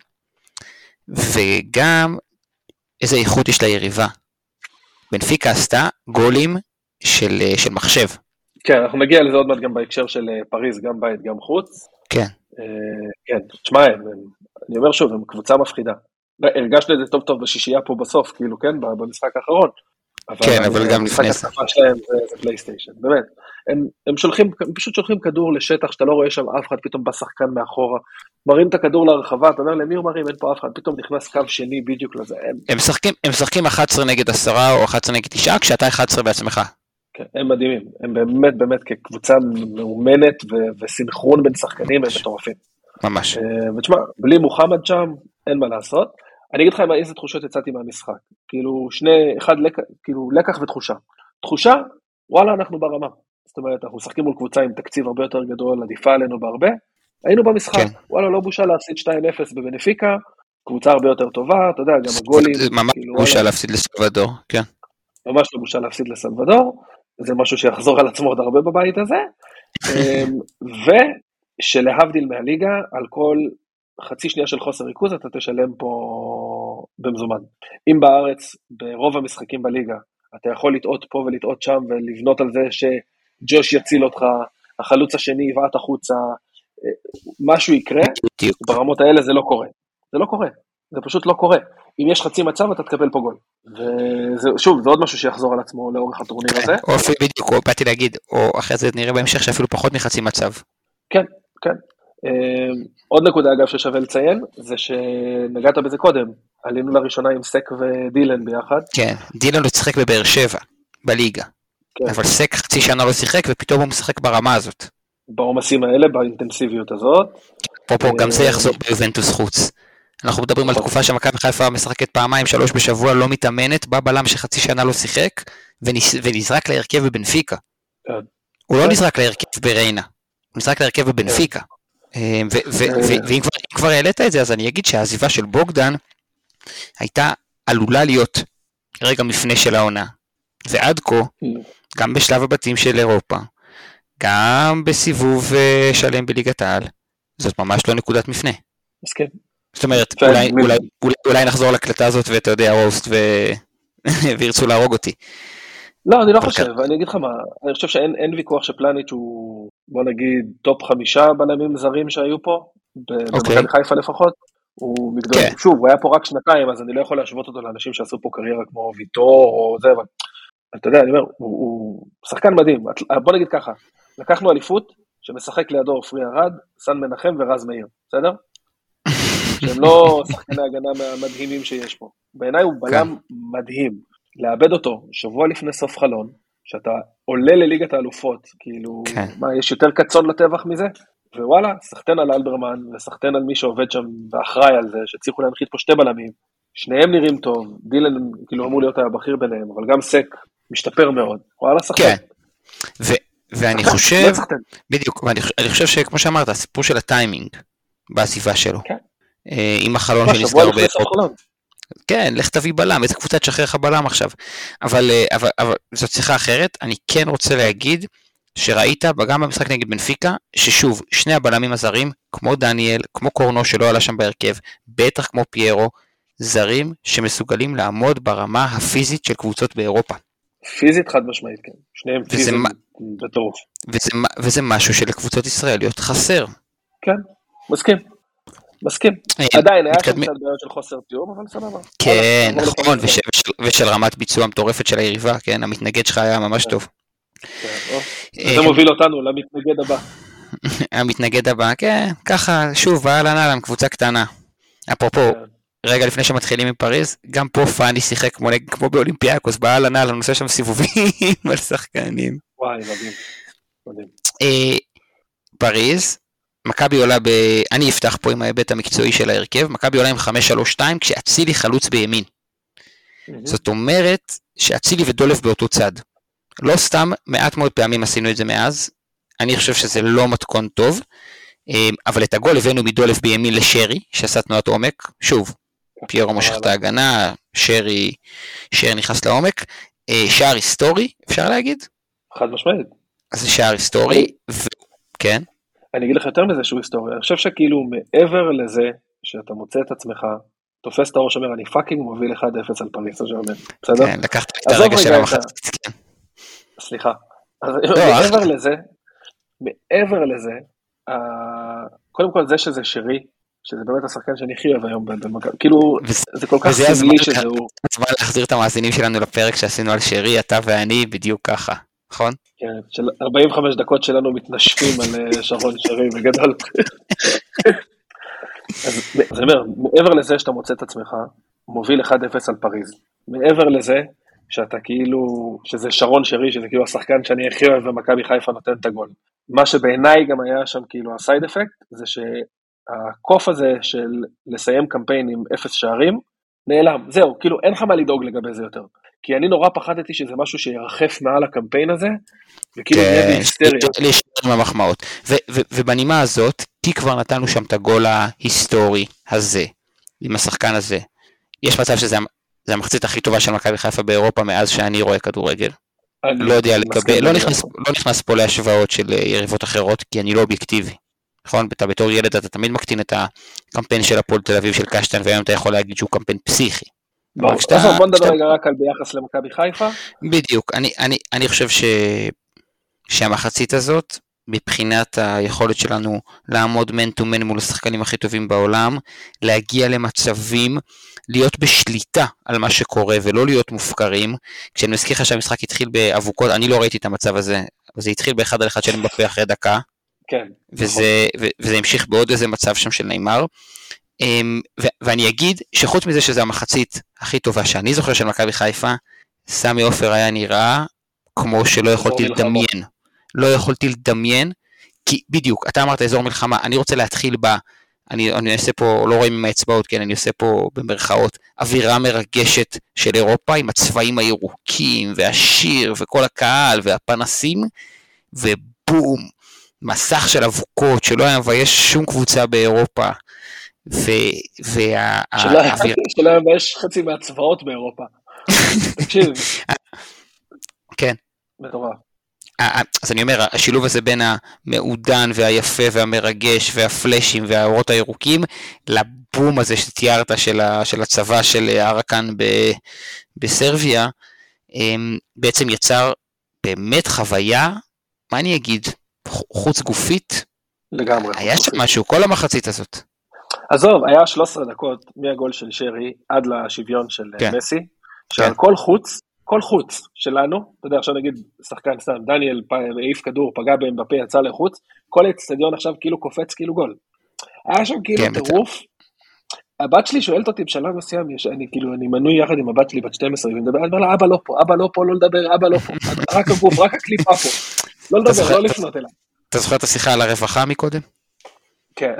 וגם איזה איכות יש ליריבה. בנפיקה עשתה גולים של, של מחשב. כן, אנחנו נגיע לזה עוד מעט גם בהקשר של פריז, גם בית, גם חוץ. כן. כן, תשמע, אני אומר שוב, הם קבוצה מפחידה. הרגשנו את זה טוב טוב בשישייה פה בסוף, כאילו, כן, במשחק האחרון. כן, אבל גם לפני זה. המשחק התקפה שלהם זה פלייסטיישן, באמת. הם שולחים, הם פשוט שולחים כדור לשטח, שאתה לא רואה שם אף אחד, פתאום בא שחקן מאחורה, מרים את הכדור להרחבה, אתה אומר, למי הוא מרים? אין פה אף אחד, פתאום נכנס קו שני בדיוק לזה. הם משחקים, הם משחקים אחת עשרה נגד עשרה או אחת עשרה נגד תשעה, כשאתה אחת עשרה בעצמך. כן, הם מדהימים, הם באמת באמת כקבוצה מאומנת וסינכרון בין שחקנים, הם מטורפים. ממש. ותשמע, בלי מוחמד שם, אין מה לעשות. אני אגיד לך עם איזה תחושות יצאתי מהמשחק. כאילו, שני, אחד, כאילו, לקח ותחושה. תחושה, וואלה, אנחנו ברמה. זאת אומרת, אנחנו משחקים מול קבוצה עם תקציב הרבה יותר גדול, עדיפה עלינו בהרבה. היינו במשחק, כן. וואלה, לא בושה להפסיד שתיים אפס בבנפיקה, קבוצה הרבה יותר טובה, אתה יודע, גם הגולים. ממש כאילו, בושה וואלה, להפסיד לסלבדור, כן. ממש לא בושה להפסיד לסלבדור, זה משהו שיחזור על עצמו עוד הרבה בבית הזה. ושלהבדיל מהליגה, על כל חצי שנייה של חוסר ריכוז, אתה תשלם פה במזומן. אם בארץ, ברוב המשחקים בליגה, אתה יכול לטעות פה ולטעות שם, ולבנות על זה שג'וש יציל אותך, החלוץ השני יבעט החוצה, משהו יקרה, ברמות האלה זה לא קורה. זה לא קורה, זה פשוט לא קורה. אם יש חצי מצב, אתה תקבל פה גול. ושוב, זה עוד משהו שיחזור על עצמו לאורך הטורניר הזה. או אפילו בדיוק, או באתי להגיד, או אחרי זה נראה בהמשך שאפילו פחות מחצי מצב. כן, כן. עוד נקודה אגב ששווה לציין, זה שנגעת בזה קודם, עלינו לראשונה עם סק ודילן ביחד. כן, דילן לא שיחק בבאר שבע, בליגה. אבל סק חצי שנה לא שיחק, ופתאום הוא משחק ברמה הזאת. בעומסים האלה, באינטנסיביות הזאת. פה פה, גם זה יחזור ביובנטוס חוץ. אנחנו מדברים על תקופה שמכבי חיפה משחקת פעמיים, שלוש בשבוע, לא מתאמנת, בא בלם שחצי שנה לא שיחק, ונזרק להרכב בבנפיקה. הוא לא נזרק להרכב בריינה, הוא נזרק להרכב בבנפיקה. ואם כבר העלית את זה, אז אני אגיד שהעזיבה של בוגדן הייתה עלולה להיות רגע מפנה של העונה, ועד כה, גם בשלב הבתים של אירופה, גם בסיבוב שלם בליגת העל, זאת ממש לא נקודת מפנה. מסכים. זאת אומרת, אולי, אולי, אולי, אולי נחזור להקלטה הזאת ואתה יודע, רוסט ו... וירצו להרוג אותי. לא, אני לא חושב, אני אגיד לך מה, אני חושב שאין ויכוח שפלניץ' הוא, בוא נגיד, טופ חמישה בלמים זרים שהיו פה, במכבי חיפה לפחות, הוא מגדול, שוב, הוא היה פה רק שנתיים, אז אני לא יכול להשוות אותו לאנשים שעשו פה קריירה כמו ויטור או זה, אבל אתה יודע, אני אומר, הוא שחקן מדהים, בוא נגיד ככה, לקחנו אליפות שמשחק לידו עופרי ארד, סן מנחם ורז מאיר, בסדר? שהם לא שחקני הגנה מהמדהימים שיש פה. בעיניי הוא בלם מדהים. לאבד אותו שבוע לפני סוף חלון, שאתה עולה לליגת האלופות, כאילו, מה, יש יותר קצון לטבח מזה? ווואלה, סחטן על אלברמן, וסחטן על מי שעובד שם ואחראי על זה, שצריכו להנחית פה שתי בלמים, שניהם נראים טוב, דילן כאילו אמור להיות הבכיר ביניהם, אבל גם סק משתפר מאוד. וואלה, סחטן. כן. ואני חושב, בדיוק, ואני חושב שכמו שאמרת, הסיפור של הטיימינג, בעזיבה שלו. כן. עם החלון שנסגר באירופה. כן, לך תביא בלם, איזה קבוצה תשחרר לך בלם עכשיו. אבל, אבל, אבל זאת שיחה אחרת, אני כן רוצה להגיד, שראית גם במשחק נגד בנפיקה, ששוב, שני הבלמים הזרים, כמו דניאל, כמו קורנו שלא עלה שם בהרכב, בטח כמו פיירו, זרים שמסוגלים לעמוד ברמה הפיזית של קבוצות באירופה. פיזית חד משמעית, כן. שניהם פיזיים בטרוף. וזה, וזה משהו שלקבוצות ישראליות חסר. כן, מסכים. מסכים. עדיין, היה שם קצת בעיות של חוסר תיאום, אבל סבבה. כן, נכון, ושל רמת ביצוע מטורפת של היריבה, כן, המתנגד שלך היה ממש טוב. זה מוביל אותנו למתנגד הבא. המתנגד הבא, כן, ככה, שוב, אהלן אהלן, קבוצה קטנה. אפרופו, רגע לפני שמתחילים עם פריז, גם פה פאני שיחק כמו באולימפיאקוס, באהלן אהלן, נושא שם סיבובים על שחקנים. וואי, מדהים. מדהים. פריז, מכבי עולה ב... אני אפתח פה עם ההיבט המקצועי של ההרכב, מכבי עולה עם חמש שלוש שתיים, כשאצילי חלוץ בימין. זאת אומרת, שאצילי ודולף באותו צד. לא סתם, מעט מאוד פעמים עשינו את זה מאז, אני חושב שזה לא מתכון טוב, אבל את הגול הבאנו מדולף בימין לשרי, שעשה תנועת עומק, שוב, פיירו מושך את ההגנה, שרי, שרי נכנס לעומק, שער היסטורי, אפשר להגיד? חד משמעית. אז זה שער היסטורי, כן. אני אגיד לך יותר מזה שהוא היסטורי, אני חושב שכאילו מעבר לזה, שאתה מוצא את עצמך, תופס את הראש אומר, אני פאקינג מוביל אחד אפס על פריס סן ז'רמן, בסדר? כן, לקחת את הרגע של המחצית, כן. סליחה. אז מעבר לזה, מעבר לזה, קודם כל זה שזה שרי, שזה באמת השחקן שאני הכי אוהב היום במכבי, כאילו זה כל כך סמלי שזה הוא. זה הזמן להחזיר את המאזינים שלנו לפרק שעשינו על שרי, אתה ואני בדיוק ככה, נכון? כן, של ארבעים וחמש דקות שלנו מתנשפים על שרון שרי בגדול. אז זה אומר, מעבר לזה שאתה מוצא את עצמך, מוביל אחד אפס על פריז, מעבר לזה שאתה כאילו, שזה שרון שרי, שזה כאילו השחקן שאני הכי אוהב ומכבי חיפה נותן את הגול. מה שבעיניי גם היה שם כאילו הסייד אפקט, זה שהקוף הזה של לסיים קמפיין עם אפס שערים, נעלם, זהו, כאילו אין לך מה לדאוג לגבי זה יותר. כי אני נורא פחדתי שזה משהו שירחף מעל הקמפיין הזה, וכאילו נהיה בהיסטריה. להישאר עם המחמאות. ובנימה הזאת, כי כבר נתנו שם את הגול ההיסטורי הזה, עם השחקן הזה, יש מצב שזה המחצית הכי טובה של מכבי חיפה באירופה, מאז שאני רואה כדורגל. לא יודע לגבי, לא נכנס פה להשוואות של יריבות אחרות, כי אני לא אובייקטיבי. נכון? אתה בתור ילד אתה תמיד מקטין את הקמפיין של הפועל תל אביב של קשטן, והיום אתה יכול להגיד שהוא קמפיין פסיכי. בוא נדבר רגע רק על ביחס למכבי חיפה. בדיוק, אני, אני, אני חושב ש... שהמחצית הזאת, מבחינת היכולת שלנו לעמוד מן טו מן מול השחקנים הכי טובים בעולם, להגיע למצבים, להיות בשליטה על מה שקורה ולא להיות מופקרים. כשאני מזכיר לך שהמשחק התחיל באבוקות, אני לא ראיתי את המצב הזה, זה התחיל באחד על אחד של אמבפה אחרי דקה, כן, וזה, וזה המשיך בעוד איזה מצב שם של ניימר. ואני אגיד שחוץ מזה שזה המחצית הכי טובה שאני זוכר של מכבי חיפה, סמי עופר היה נראה כמו שלא יכולתי לדמיין. לא יכולתי לדמיין, כי בדיוק, אתה אמרת אזור מלחמה, אני רוצה להתחיל בה, אני, אני עושה פה, לא רואים עם האצבעות, כן, אני עושה פה במרכאות, אווירה מרגשת של אירופה, עם הצבעים הירוקים, והשיר, וכל הקהל, והפנסים, ובום, מסך של אבוקות, שלא היה מבייש שום קבוצה באירופה, וה... שלא היה מבייש חצי מהצבאות באירופה. תקשיב. כן. מטורף. אז אני אומר, השילוב הזה בין המעודן והיפה והמרגש והפלשים והאורות הירוקים, לבום הזה שתיארת של הצבא של ארקן בסרביה, בעצם יצר באמת חוויה, מה אני אגיד, חוץ גופית, לגמרי. היה שם משהו, כל המחצית הזאת. עזוב, היה שלוש עשרה דקות מהגול של שרי עד לשוויון של מסי, שעל כל חוץ, כל חוץ שלנו, אתה יודע, עכשיו נגיד שחקן סתם, דניאל העיף כדור, פגע באמבפה, יצא לחוץ, כל האצטדיון עכשיו כאילו קופץ כאילו גול. היה שם כאילו טירוף. הבת שלי שואלת אותי בשלב מסוים, אני כאילו, אני מנוי יחד עם הבת שלי בת שתים עשרה, ואני מדבר, אני אומר לה, אבא לא פה, אבא לא פה, לא לדבר, אבא לא פה, רק הגוף, רק הקליפה פה, לא לדבר, לא לפנות אליו. אתה זוכר את השיחה על הרווחה מקודם? כן.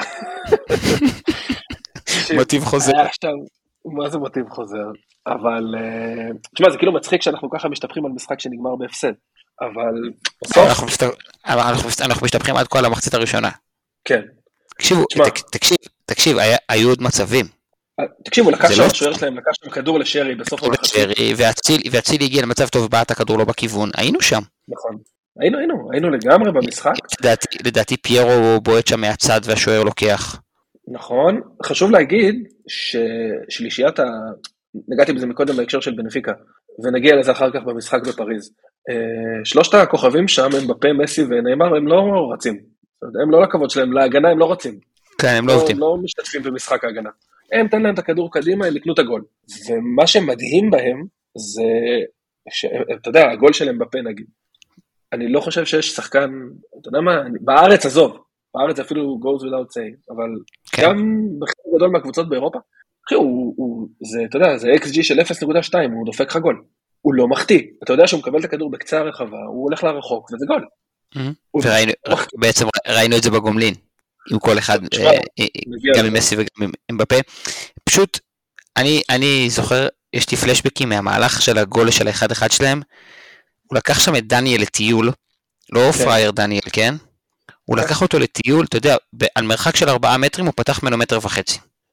מוטיב חוזר. מה זה מוטיב חוזר? אבל, תשמע, זה כאילו מצחיק שאנחנו ככה משתפכים על משחק שנגמר בהפסד, אבל אנחנו משתפכים עד כל המחצית הראשונה. כן. תקשיבו, תקשיב, היו עוד מצבים. תקשיבו, לקח שם השוער שלהם, לקח שם כדור לשרי בסוף המחצית. והצילי הגיע למצב טוב, בעט הכדור לא בכיוון, היינו שם. נכון. היינו, היינו, היינו לגמרי במשחק. לדעתי פיירו בועט שם מהצד והשוער לוקח. נכון, חשוב להגיד ששלישיית ה... נגעתי בזה מקודם בהקשר של בנפיקה, ונגיע לזה אחר כך במשחק בפריז. שלושת הכוכבים שם הם בפה מסי וניימר, הם לא רצים. הם לא לכבוד שלהם, להגנה הם לא רצים. כן, הם לא עובדים. לא משתתפים במשחק ההגנה. הם תן להם את הכדור קדימה, הם יקנו את הגול. ומה שמדהים בהם, זה, אתה יודע, הגול שלהם בפה נגיד. אני לא חושב שיש שחקן, אתה יודע מה, בארץ עזוב, בארץ אפילו goes without say, אבל כן. גם בחלק גדול מהקבוצות באירופה, אחי, הוא, הוא, זה, אתה יודע, זה אקס ג'י של אפס נקודה שתיים, הוא דופק לך גול. הוא לא מחטיא, אתה יודע שהוא מקבל את הכדור בקצה הרחבה, הוא הולך לרחוק, וזה גול. וראינו, בעצם ראינו את זה בגומלין, עם כל אחד, גם עם מסי וגם עם אמבפה. פשוט, אני, אני זוכר, יש לי פלשבקים מהמהלך של הגול של האחד אחד שלהם, הוא לקח שם את דניאל לטיול, לא פרייר דניאל, כן? הוא לקח אותו לטיול, אתה יודע, על מרחק של ארבעה מטרים הוא פתח ממנו מטר וחצי.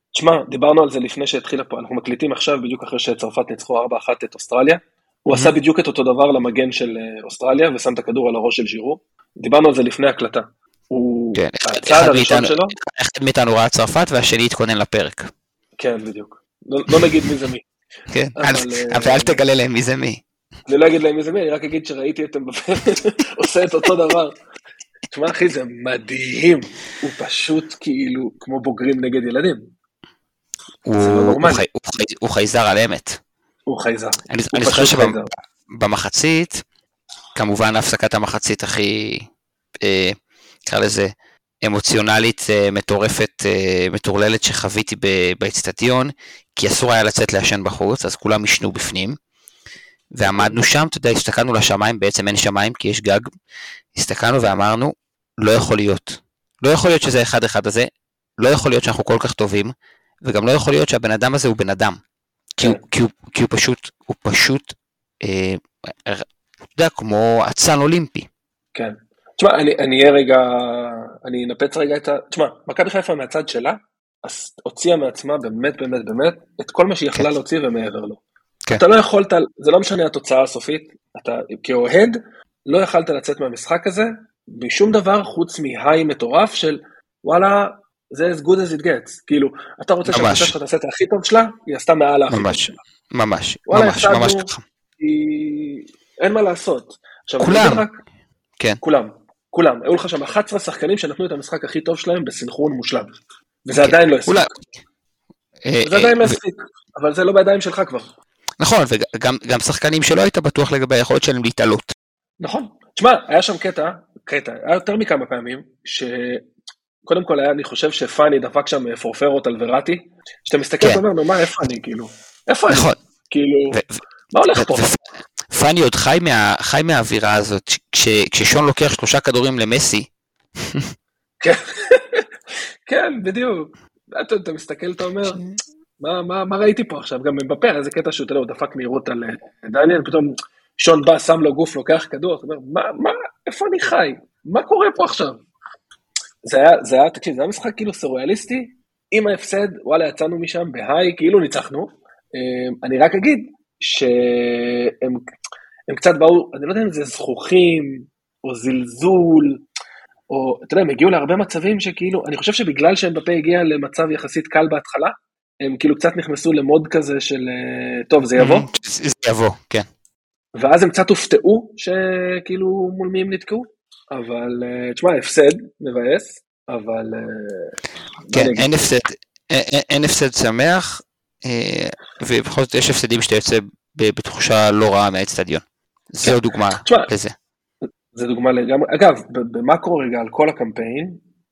תשמע, דיברנו על זה לפני שהתחילה פה, אנחנו מקליטים עכשיו בדיוק אחרי שצרפת ניצחו ארבע אחת את אוסטרליה, הוא עשה בדיוק את אותו דבר למגן של אוסטרליה, ושם את הכדור על הראש של ז'ירו, דיברנו על זה לפני הקלטה, הוא, הצעד הראשון שלו, אחד מאיתנו ראה צרפת והשני התכונן לפרק. כן, בדיוק, לא נגיד מי זה מי. כן, אבל אל תגלה להם מי זה מי. אני לא אגיד להם מי זה מי, אני רק אגיד שראיתי אתם עושה את אותו דבר. תשמע אחי, זה מדהים, הוא פשוט כאילו כמו בוגרים נגד ילדים. הוא חייזר על אמת. הוא חייזר. אני זוכר שבמחצית, כמובן הפסקת המחצית הכי, נקרא לזה, אמוציונלית, מטורפת, מטורללת שחוויתי באצטדיון, כי אסור היה לצאת לעשן בחוץ, אז כולם ישנו בפנים, ועמדנו שם, אתה יודע, הסתכלנו לשמיים, בעצם אין שמיים כי יש גג, הסתכלנו ואמרנו, לא יכול להיות, לא יכול להיות שזה אחד אחד הזה, לא יכול להיות שאנחנו כל כך טובים, וגם לא יכול להיות שהבן אדם הזה הוא בן אדם, כי הוא, כי הוא, כי הוא פשוט, הוא פשוט, אה, אתה יודע, כמו אצן אולימפי. כן. תשמע, אני, אני אהיה רגע, אני אנפץ רגע את ה... תשמע, מכבי חיפה מהצד שלה, הוציאה מעצמה באמת, באמת, באמת, את כל מה שהיא יכלה להוציא ומעבר לו. כן. אתה לא יכולת, זה לא משנה התוצאה הסופית, אתה כאוהד, לא יכלת לצאת מהמשחק הזה, בשום דבר חוץ מהי מטורף של, וואלה, זה as good as it gets, כאילו, אתה רוצה שהקבוצה שלך תעשה את הכי טוב שלה, היא עשתה מעל הכי טוב שלה. ממש, וואלה, ממש, ממש ככה. אין מה לעשות. כולם, כן. כולם, כולם, היו לך שם אחת עשרה שחקנים שנתנו את המשחק הכי טוב שלהם בסנכרון מושלם, וזה עדיין לא הספיק. זה עדיין לא הספיק, אבל זה לא בידיים שלך כבר. נכון, וגם שחקנים שלא היית בטוח לגבי היכולת שלהם להתעלות. נכון. תשמע, היה שם קטע, קטע, היה יותר מכמה פעמים, שקודם כל היה, אני חושב שפאני דפק שם פורפרות על וראטי, שאתה מסתכל ואומר, מה, איפה אני, כאילו? איפה אני? כאילו, מה הולך פה? פאני עוד חי מהאווירה הזאת, כששון לוקח שלושה כדורים למסי. כן, בדיוק. אתה מסתכל, אתה אומר, מה ראיתי פה עכשיו? גם מבפה, איזה קטע שהוא, אתה יודע, הוא דפק מהירות על דניאל, פתאום שון בא, שם לו גוף, לוקח כדור, אתה אומר, מה, מה, איפה אני חי? מה קורה פה עכשיו? זה היה, זה היה, תקשיב, זה היה משחק כאילו סוריאליסטי, עם ההפסד, וואלה, יצאנו משם בהיי, כאילו ניצחנו. אני רק אגיד שהם הם קצת באו, אני לא יודע אם זה זכוכים, או זלזול, או, אתה יודע, הם הגיעו להרבה מצבים שכאילו, אני חושב שבגלל שהם בפה הגיע למצב יחסית קל בהתחלה, הם כאילו קצת נכנסו למוד כזה של, טוב, זה יבוא. זה יבוא, כן. ואז הם קצת הופתעו שכאילו מול מי הם נתקעו, אבל, תשמע, הפסד מבאס, אבל... כן, אין הפסד, אין הפסד שמח, ובכל זאת יש הפסדים שאתה יוצא בתחושה לא רעה מהאצטדיון. זו דוגמה לזה. זה דוגמה לגמרי, אגב, במקרו רגע על כל הקמפיין,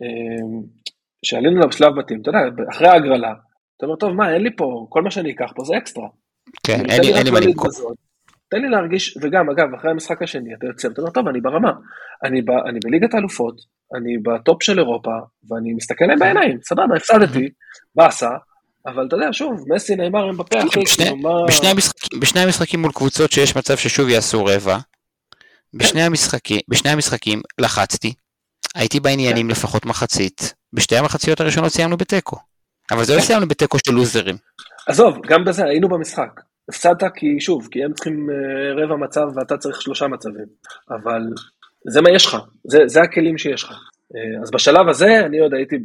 שעלינו לה בשלב בתים, אתה יודע, אחרי ההגרלה, אתה אומר, טוב, מה, אין לי פה, כל מה שאני אקח פה זה אקסטרה. כן, אין לי מה למכור. תן לי להרגיש, וגם, אגב, אחרי המשחק השני, אתה יוצא, אתה אומר, טוב, אני ברמה, אני, ב, אני בליגת האלופות, אני בטופ של אירופה, ואני מסתכל להם בעיניים, סבבה, הפסדתי, באסה, אבל אתה יודע, שוב, מסי, נאמר, הם בפה, אחי, בשני המשחקים מול קבוצות שיש מצב ששוב יעשו רבע, בשני המשחקים, בשני המשחקים לחצתי, הייתי בעניינים לפחות מחצית, בשתי המחציות הראשונות סיימנו בטקו, אבל זה לא סיימנו בטקו של לוזרים. עזוב, גם בזה, היינו במשחק. הפסדת כי, שוב, כי הם צריכים רבע מצב ואתה צריך שלושה מצבים, אבל זה מה יש לך, זה, זה הכלים שיש לך. אז בשלב הזה אני עוד הייתי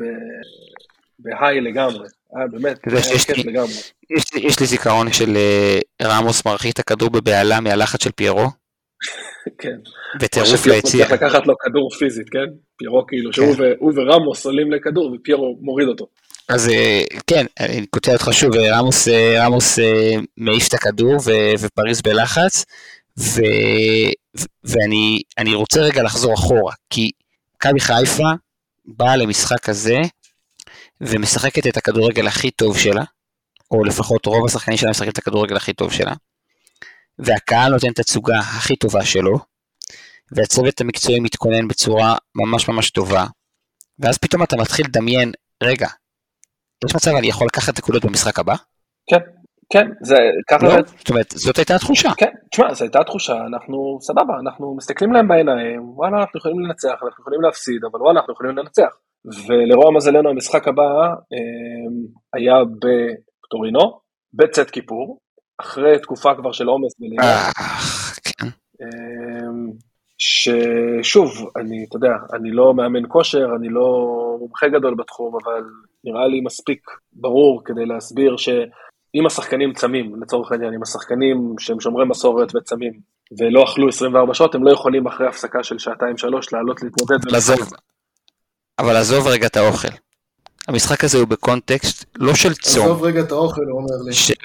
בהיי לגמרי, אה, באמת, היה כיף לגמרי. יש לי, יש לי זיכרון של רמוס מרחיק את הכדור בבעלה מהלחץ של פיירו. כן. בטירוף ליציאה. צריך לקחת לו כדור פיזית, כן? פיירו כאילו, שהוא ורמוס עולים לכדור ופיירו מוריד אותו. אז כן, אני קוטע אותך שוב, רמוס, רמוס מעיף את הכדור ופריז בלחץ, ו, ואני אני רוצה רגע לחזור אחורה, כי מכבי חיפה באה למשחק הזה, ומשחקת את הכדורגל הכי טוב שלה, או לפחות רוב השחקנים שלה משחקים את הכדורגל הכי טוב שלה, והקהל נותן את הצוגה הכי טובה שלו, והצוות המקצועי מתכונן בצורה ממש ממש טובה, ואז פתאום אתה מתחיל לדמיין, רגע, יש מצב אני יכול לקחת את הקולות במשחק הבא? כן, כן, זה ככה... לא, זאת אומרת, זאת הייתה התחושה. כן, תשמע, זו הייתה התחושה, אנחנו סבבה, אנחנו מסתכלים להם בעיניים, וואלה, אנחנו יכולים לנצח, אנחנו יכולים להפסיד, אבל וואלה, אנחנו יכולים לנצח. ולרוע מזלנו, המשחק הבא, היה בטורינו, בצאת כיפור, אחרי תקופה כבר של עומס ולילה. כן. ששוב, אני, אתה יודע, אני לא מאמן כושר, אני לא מומחה גדול בתחום, אבל נראה לי מספיק ברור כדי להסביר שאם השחקנים צמים, לצורך העניין, אם השחקנים שהם שומרי מסורת וצמים, ולא אכלו עשרים וארבע שעות, הם לא יכולים אחרי הפסקה של שעתיים שלוש לעלות להתמודד. לעזוב, אבל עזוב רגע את האוכל. המשחק הזה הוא בקונטקסט לא של צום. עזוב רגע את האוכל, הוא אומר לי. של...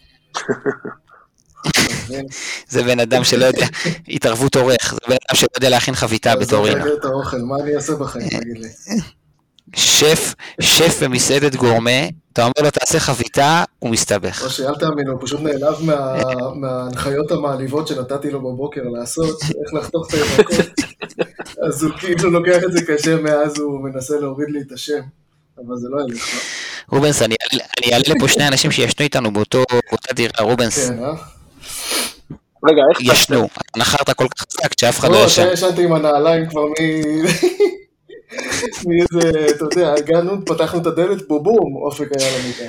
זה בן אדם שלא יודע, התערבות עורך, זה בן אדם שלא יודע להכין חביתה בטורינו. עזוב רגע את האוכל, מה אני אעשה בחיים, תגיד לי. שף, שף במסעדת גורמה, אתה אומר לו תעשה חביתה, הוא מסתבך. או שאל תאמין, הוא פשוט נעלב מההנחיות המעליבות שנתתי לו בבוקר לעשות, איך לחתוך את הירקות, אז הוא כאילו לוקח את זה קשה, מאז הוא מנסה להוריד לי את השם, אבל זה לא ילך. רובנס, אני אעלה לפה שני אנשים שישנו איתנו באותה דירה, רובנס. כן, אה? רגע, איך ישנו, נחרת כל כך חזק שאף אחד לא לא, ישן. אתה ישנתי עם הנעליים כבר מ... מאיזה, אתה יודע, הגענו, פתחנו את הדלת, בובום, אופק היה למיטה.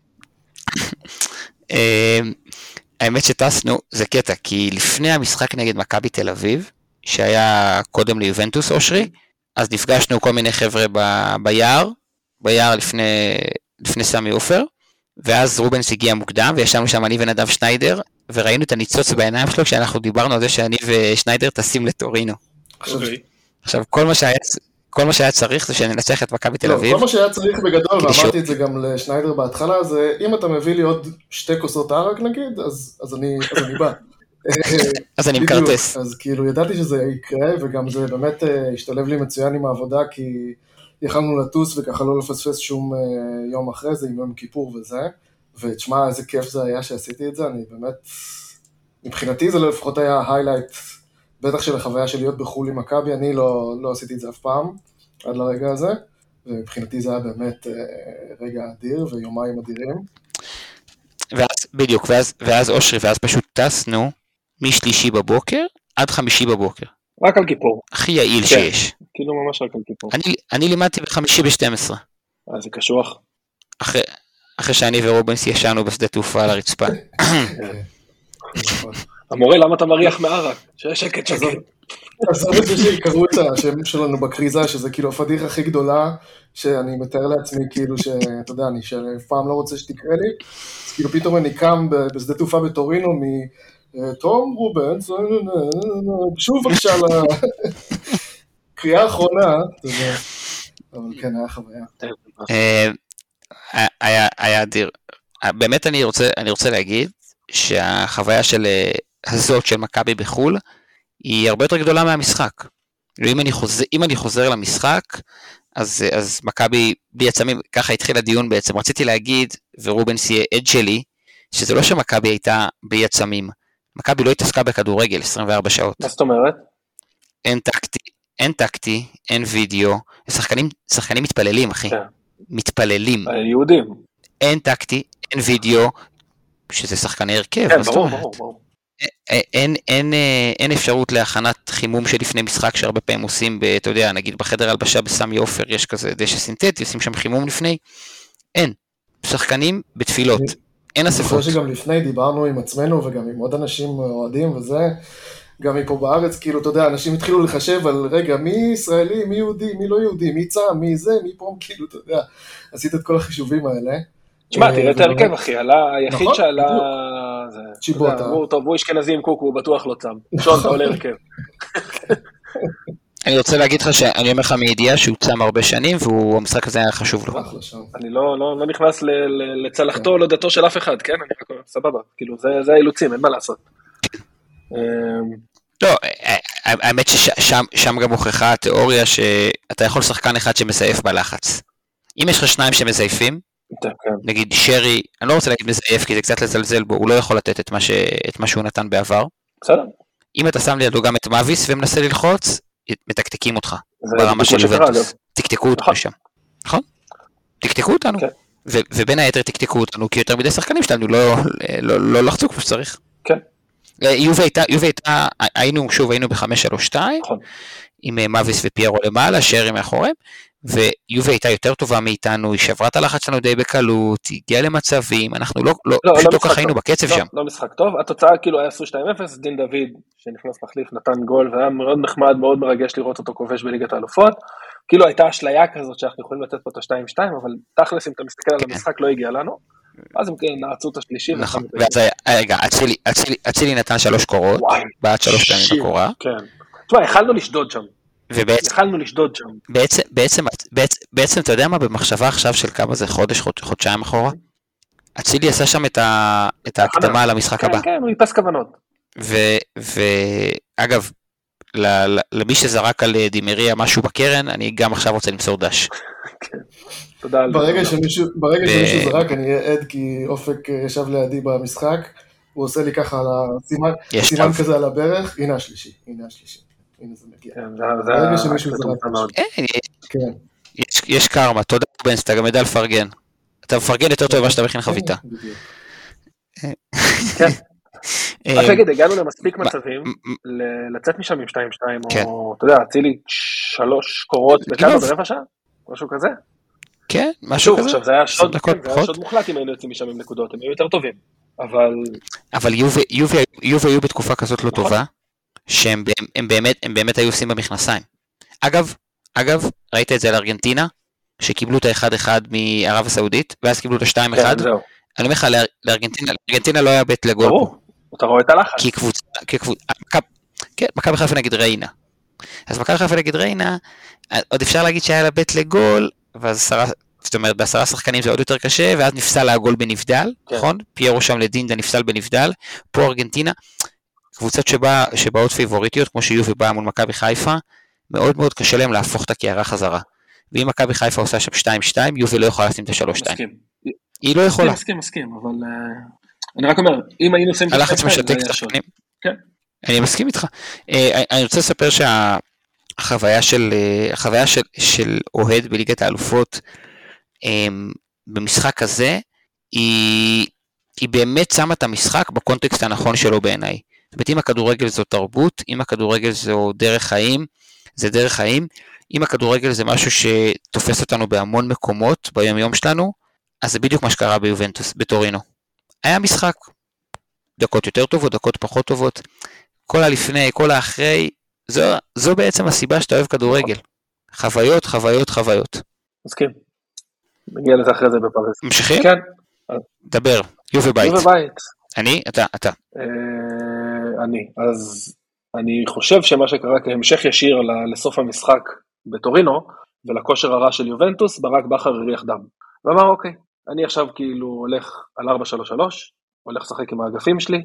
האמת שטסנו, זה קטע, כי לפני המשחק נגד מכבי תל אביב, שהיה קודם ליובנטוס אושרי, אז נפגשנו כל מיני חבר'ה ביער, ביער לפני, לפני סמי אופר, ואז רובנס הגיע מוקדם, וישבנו שם אני ונדב שניידר, וראינו את הניצוץ בעיניים שלו, כשאנחנו דיברנו על זה שאני ושניידר טסים לטורינו. עכשיו, כל מה שהיה... כל מה שהיה צריך זה שננצח את מכבי תל אביב. כל מה שהיה צריך בגדול, ואמרתי את זה גם לשניידר בהתחלה, זה אם אתה מביא לי עוד שתי כוסות ערק נגיד, אז אני בא. אז אני מקרטס. אז כאילו ידעתי שזה יקרה, וגם זה באמת השתלב לי מצוין עם העבודה, כי יכלנו לטוס וככה לא לפספס שום יום אחרי זה, עם יום כיפור וזה, ותשמע איזה כיף זה היה שעשיתי את זה, אני באמת, מבחינתי זה לפחות היה היילייט, בטח של החוויה של להיות בחול עם מכבי, אני לא, לא עשיתי את זה אף פעם, עד לרגע הזה, ומבחינתי זה היה באמת רגע אדיר, ויומיים אדירים. ואז, בדיוק, ואז, ואז אושרי, ואז פשוט טסנו, משלישי בבוקר, עד חמישי בבוקר. רק על כיפור. הכי יעיל כן, שיש. כאילו ממש רק על כיפור. אני, אני לימדתי בחמישי ב-שתים עשרה. אה, זה קשוח. אחרי, אחרי שאני ורובנס ישנו בשדה תעופה על הרצפה. המורה, למה אתה מריח מערק? שיש שקט שקט. עזוב את זה שיקראו את השם שלנו בקריזה, שזה כאילו הפדיחה הכי גדולה, שאני מתאר לעצמי כאילו שאתה יודע, אני שאף פעם לא רוצה שתקרא לי, אז כאילו פתאום אני קם בשדה תעופה בטורינו מתום רובנס, שוב בבקשה לקריאה האחרונה, אבל כן, היה חוויה. היה אדיר. באמת אני רוצה, אני רוצה להגיד, שהחוויה של הזאת של מכבי בחול היא הרבה יותר גדולה מהמשחק. אם אני חוזר, אם אני חוזר למשחק, אז, אז מכבי בלי עצמים, ככה התחיל הדיון בעצם. רציתי להגיד, ורובנס יהיה עד שלי, שזה לא שמכבי הייתה בלי עצמים. מכבי לא התעסקה בכדורגל עשרים וארבע שעות. מה זאת אומרת? אין טקטי, אין טקטי, אין וידאו. שחקנים, שחקנים מתפללים, אחי. כן. מתפללים. יהודים. אין טקטי, אין וידאו. שזה שחקני הרכב, כן, ברור, ברור, ברור. אין, אין, אין אפשרות להכנת חימום שלפני משחק שהרבה פעמים עושים, אתה יודע, נגיד בחדר הלבשה בסמי אופר, יש כזה דשא סינתטי, עושים שם חימום לפני, אין. שחקנים בתפילות, אין אספות. אני חושב שגם לפני דיברנו עם עצמנו וגם עם עוד אנשים אוהדים וזה, גם מפה בארץ, כאילו, אתה יודע, אנשים התחילו לחשב על רגע, מי ישראלי, מי יהודי, מי לא יהודי, מי צם, מי זה, מי פה, כאילו, אתה יודע, עשית את כל החישובים האלה. תשמע, תראה את ההרכב, אחי, היחיד שעלה... צ'יבוטה. טוב, הוא אשכנזי עם קוק, הוא בטוח לא צם. שון, אתה עולה הרכב. אני רוצה להגיד לך שאני אומר לך מידיעה שהוא צם הרבה שנים, והמשחק הזה היה חשוב לו. אני לא נכנס לצלחתו או לדתו של אף אחד, כן? אני רק סבבה, כאילו, זה האילוצים, אין מה לעשות. לא, האמת ששם גם הוכחה התיאוריה שאתה יכול שחקן אחד שמזייף בלחץ. אם יש לך שניים שמזייפים, נגיד שרי, אני לא רוצה להגיד מזייף, כי זה קצת לזלזל בו, הוא לא יכול לתת את מה, ש... את מה שהוא נתן בעבר. בסדר. אם אתה שם לידו גם את מאביס ומנסה ללחוץ, מתקתקים אותך. ברמה של יובנטוס. תקתקו אותנו שם. נכון? תקתקו אותנו. ו... ובין היתר תקתקו אותנו, כי יותר מדי שחקנים שלנו לא, לא, לא לחצו כמו שצריך. כן. יובה הייתה, יובה הייתה, היינו, שוב, היינו ב-חמש שלוש שתיים, עם מאביס ופיירו למעלה, שרי מאחוריהם, ויובי הייתה יותר טובה מאיתנו, היא שברה את הלחץ שלנו די בקלות, היא הגיעה למצבים, אנחנו לא, לא, לא, פשוט לא לא ככה היינו בקצב לא, שם. לא משחק טוב, התוצאה כאילו היה עשו שתיים אפס, דין דוד שנכנס מחליף נתן גול, והיה מאוד נחמד, מאוד מרגש לראות אותו כובש בליגת האלופות, כאילו הייתה אשליה כזאת שאנחנו יכולים לתת פה את ה-שתיים שתיים, אבל תכלס אם אתה מסתכל על המשחק לא הגיע לנו, אז הם כן נעצו את השלישי. נכון, ואז היה, רגע, אצילי נתן שלוש קורות, בעד שלוש פעמים בקורה. כן, תשמע, יכלנו לשדוד שם. יכלנו לשדוד שם. בעצם, בעצם, בעצם, בעצם, אתה יודע מה, במחשבה עכשיו של כמה זה חודש, חודשיים אחורה, אצילי עשה שם את ההקדמה על המשחק הבא. כן, כן, הוא ייפס כוונות. ואגב, למי שזרק על דימריה משהו בקרן, אני גם עכשיו רוצה למסור דש. כן, תודה. ברגע שמישהו זרק, אני אהיה עד, כי אופק ישב לידי במשחק, הוא עושה לי ככה סימן כזה על הברך, הנה השלישי, הנה השלישי. הנה זה מגיע. ברגע שמישהו זרק. יש קרמה, תודה בנס, אתה גם יודע לפרגן. אתה מפרגן יותר טוב מה שאתה מכין חביתה. כן. רק להגיד, הגענו למספיק מצבים לצאת משם עם שתיים שתיים, או אתה יודע, הצילי שלוש קורות בכמה ברבע שעה, משהו כזה. כן, משהו כזה. עכשיו זה היה שוד מוחלט אם היינו יוצאים משם עם נקודות, הם היו יותר טובים. אבל יובי היו בתקופה כזאת לא טובה, שהם באמת היו עושים במכנסיים. אגב, אגב, ראית את זה על ארגנטינה, שקיבלו את ה-אחד אחד מערב הסעודית, ואז קיבלו את ה-שתיים אחד. אני אומר לך, לארגנטינה לא היה בית לגול פה. אתה רואה את הלחץ. כי קבוצה, כן, מכבי חיפה נגד ריינה. אז מכבי חיפה נגד ריינה, עוד אפשר להגיד שהיה לה בית לגול, זאת אומרת, בעשרה שחקנים זה עוד יותר קשה, ואז נפסל הגול בנבדל, נכון? פיירו שם לדינדה נפסל בנבדל, פה ארגנטינה, קבוצות שבאות פיבוריטיות, כמו שיובי באה מול מכבי חיפה, מאוד מאוד קשה להם להפוך את הקערה חזרה. ואם מכבי חיפה עושה שם שתיים שתיים, יובי לא יכולה לשים את ה-שלוש שתיים. מסכים. היא לא יכולה. מסכים, מסכים, אבל אני רק אומר, אם היינו עושים את הלחץ משתק את השחקנים. כן. אני מסכים איתך. אני רוצה לספר שהחוויה של, החוויה של, של אוהד בליגת האלופות, במשחק הזה, היא, היא באמת שמה את המשחק בקונטקסט הנכון שלו בעיניי. זאת אומרת, אם הכדורגל זו תרבות, אם הכדורגל זו דרך חיים, זה דרך חיים, אם הכדורגל זה משהו שתופס אותנו בהמון מקומות ביום יום שלנו, אז זה בדיוק מה שקרה ביובנטוס, בטורינו. היה משחק, דקות יותר טובות, דקות פחות טובות, כל הלפני, כל האחרי, זו, זו בעצם הסיבה שאתה אוהב כדורגל. חוויות, חוויות, חוויות. מסכים. נגיע לזה אחרי זה בפרס. ממשיכים? כן. דבר, יובי בית. יובי בית. אני? אתה, אתה. אני. אז אני חושב שמה שקרה כהמשך ישיר לסוף המשחק בטורינו, ולכושר הרע של יובנטוס, ברק בכר הריח דם. ואמר, אוקיי, אני עכשיו כאילו הולך על ארבע שלוש שלוש, הולך לשחק עם האגפים שלי,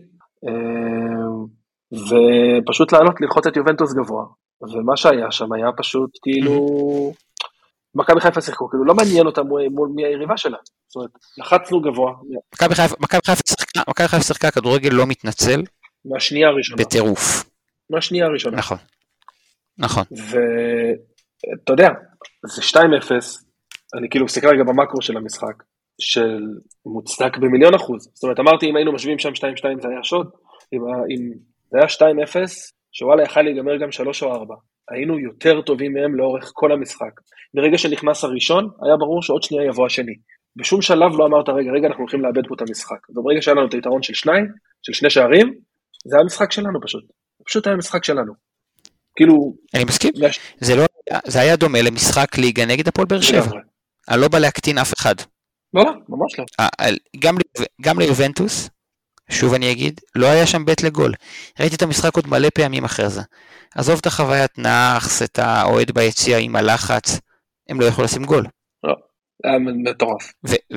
ופשוט לעלות, ללחוץ את יובנטוס גבוה. ומה שהיה שם היה פשוט כאילו, מכבי חיפה שיחקו, כאילו לא מעניין אותם מול מי היריבה שלה. זאת אומרת, לחצנו גבוה. מכבי חיפה שיחקה, כדורגל לא מתנצל. מהשנייה הראשונה. בטירוף. מהשנייה הראשונה. נכון. נכון. ואתה יודע, זה שתיים אפס, אני כאילו מסתכל רגע במקרו של המשחק, של מוצדק במיליון אחוז. זאת אומרת, אמרתי, אם היינו משווים שם שתיים שתיים זה היה שוד, אם, אם זה היה שתיים אפס, שוואלה יכל להיגמר גם שלוש או ארבע. היינו יותר טובים מהם לאורך כל המשחק. ברגע שנכנס הראשון, היה ברור שעוד שנייה יבוא השני. בשום שלב לא אמרת, רגע, רגע, אנחנו הולכים לאבד פה את המשחק. וברגע שהיה לנו את היתרון של שניים, של שני שערים, זה היה המשחק שלנו פשוט. פשוט היה המשחק שלנו. כאילו... אני מסכים. זה לא... זה היה דומה למשחק ליגה נגד הפועל באר שבע. אני לא בא להקטין אף אחד. לא, לא, ממש לא. גם, גם ליובנטוס, שוב אני אגיד, לא היה שם בית לגול. ראיתי את המשחק עוד מלא פעמים אחרי זה. עזוב את החוויית נאחס, את האוהד ביציע עם הלחץ, הם לא יכולו לשים גול. לא, היה מטורף.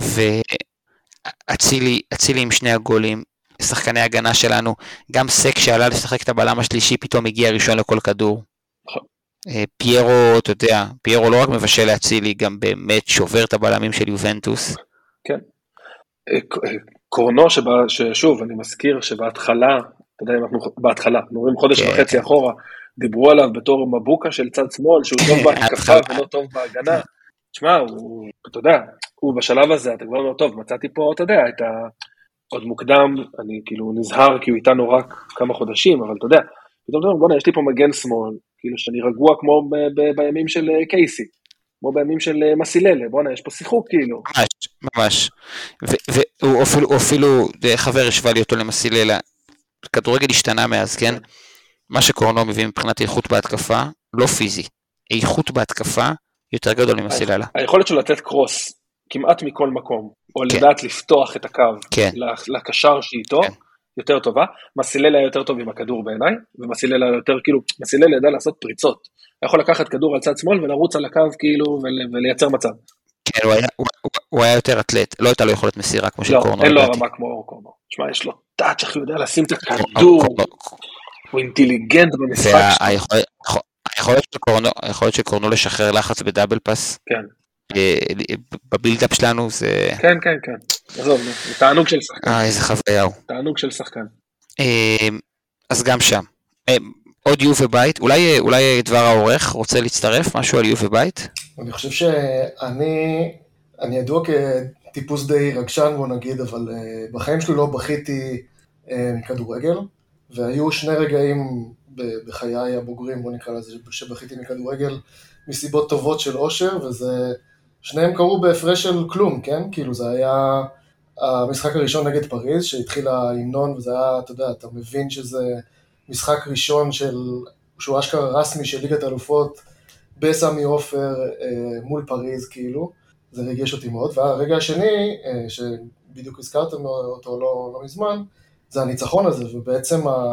ואצילי, אצילי עם שני הגולים, שחקני הגנה שלנו, גם סק שעלה לשחק את הבלם השלישי, פתאום הגיע ראשון לכל כדור. נכון. פיירו, אתה יודע, פיירו לא רק מבשל להצילי, גם באמת שובר את הבלמים של יובנטוס. כן. קורנו, ששוב, אני מזכיר שבהתחלה, אתה יודע, אנחנו בהתחלה, אנחנו רואים חודש וחצי אחורה, דיברו עליו בתור מבוקה של צד שמאל, שהוא טוב בהתקפה ולא טוב בהגנה. תשמע, אתה יודע, הוא בשלב הזה, אתה כבר אומר, טוב, מצאתי פה, אתה יודע, את ה... עוד מוקדם, אני כאילו נזהר, כי הוא איתנו רק כמה חודשים, אבל אתה יודע, פתאום אתה אומר, בוא'נה, יש לי פה מגן שמאל, כאילו שאני רגוע כמו ב- ב- בימים של קייסי. כמו בימים של מסיללה, בוא'נה, יש פה שיחוק כאילו. ממש, ממש. והוא אפילו, אפילו, חבר השווה לי אותו למסיללה, כדורגל השתנה מאז, כן? מה שקורנו מביא מבחינת איכות בהתקפה, לא פיזי, איכות בהתקפה יותר גדול ממסיללה. היכולת שלו לתת קרוס כמעט מכל מקום, או לדעת לפתוח את הקו לקשר שאיתו, יותר טובה. מסיללה היה יותר טוב עם הכדור בעיניי, ומסיללה יותר כאילו, מסיללה ידע לעשות פריצות. יכול לקחת כדור על צד שמאל ולרוץ על הקו כאילו ולייצר מצב. כן, הוא היה, הוא, הוא היה יותר אטלט, לא הייתה לו יכולת מסירה כמו של קורנו. לא, אין לו הרמה כמו קורנו. תשמע, יש לו טאץ' איך הוא יודע לשים את הכדור, הוא אינטליגנט במשחק. היכולת של קורנו לשחרר לחץ בדאבל פס. כן. בבילדאפ שלנו זה... כן, כן, כן. עזוב, זה תענוג של שחקן. אה, איזה חוויה הוא. תענוג של שחקן. אז גם שם. עוד יו ובית, אולי, אולי דבר העורך רוצה להצטרף, משהו על יו ובית? אני חושב שאני, אני ידוע כטיפוס די רגשן, בוא נגיד, אבל בחיים שלי לא בכיתי מכדורגל, והיו שני רגעים בחיי הבוגרים, בוא נקרא לזה, שבכיתי מכדורגל מסיבות טובות של אושר, וזה, שניהם קרו בהפרש של כלום, כן? כאילו זה היה המשחק הראשון נגד פריז, שהתחיל ההמנון, וזה היה, אתה יודע, אתה מבין שזה משחק ראשון של, שהוא אשכרה רסמי של ליגת האלופות, בסמי עופר מול פריז, כאילו, זה ריגש אותי מאוד, והרגע השני, שבדיוק הזכרתם אותו לא, לא מזמן, זה הניצחון הזה, ובעצם ה...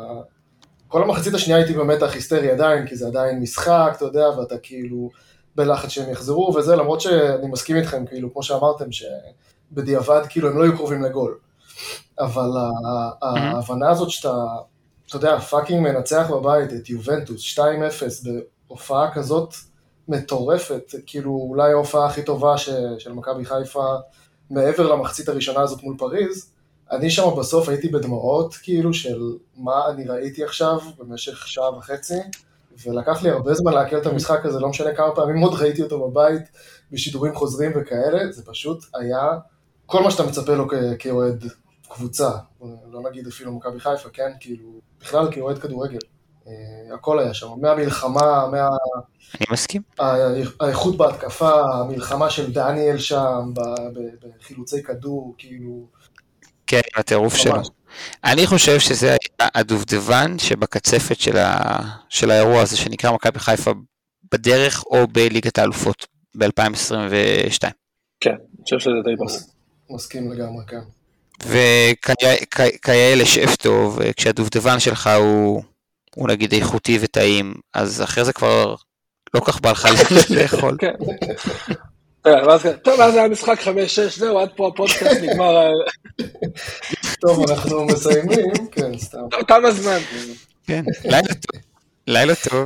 כל המחצית השנייה הייתי במתח היסטרי עדיין, כי זה עדיין משחק, אתה יודע, ואתה כאילו בלחץ שהם יחזרו, וזה למרות שאני מסכים איתכם, כאילו, כמו שאמרתם, שבדיעבד, כאילו, הם לא היו קרובים לגול. אבל ההבנה הזאת שאתה, אתה יודע, פאקינג מנצח בבית את יובנטוס, שתיים אפס, בהופעה כזאת מטורפת, כאילו, אולי ההופעה הכי טובה של מכבי חיפה, מעבר למחצית הראשונה הזאת מול פריז, אני שם בסוף הייתי בדמעות, כאילו, של מה אני ראיתי עכשיו במשך שעה וחצי, ולקח לי הרבה זמן להקל את המשחק הזה, לא משנה כמה פעמים עוד ראיתי אותו בבית, בשידורים חוזרים וכאלה, זה פשוט היה כל מה שאתה מצפה לו כאוהד קבוצה, לא נגיד אפילו מכבי חיפה, כן, כאילו, בכלל כאוהד כדורגל, הכל היה שם, מהמלחמה, מה... אני מסכים. האיכות בהתקפה, המלחמה של דניאל שם, בחילוצי כדור, כאילו... כן, הטירוף שלו. אני חושב שזה היה הדובדבן שבקצפת של, ה... של האירוע הזה, שנקרא מכבי חיפה בדרך או בליגת האלופות ב-אלפיים עשרים ושתיים. כן, אני חושב שזה די ברור. מסכים לגמרי, כן. וכיאה לשאף טוב, כשהדובדבן שלך הוא, הוא נגיד איכותי וטעים, אז אחרי זה כבר לא כך בא לך לאכול. כן. טוב, אז היה משחק חמש שש, זהו, עד פה הפודקאסט נגמר. טוב, אנחנו מסיימים, כן, סתם. טוב, תם הזמן. כן, לילה טוב. לילה טוב.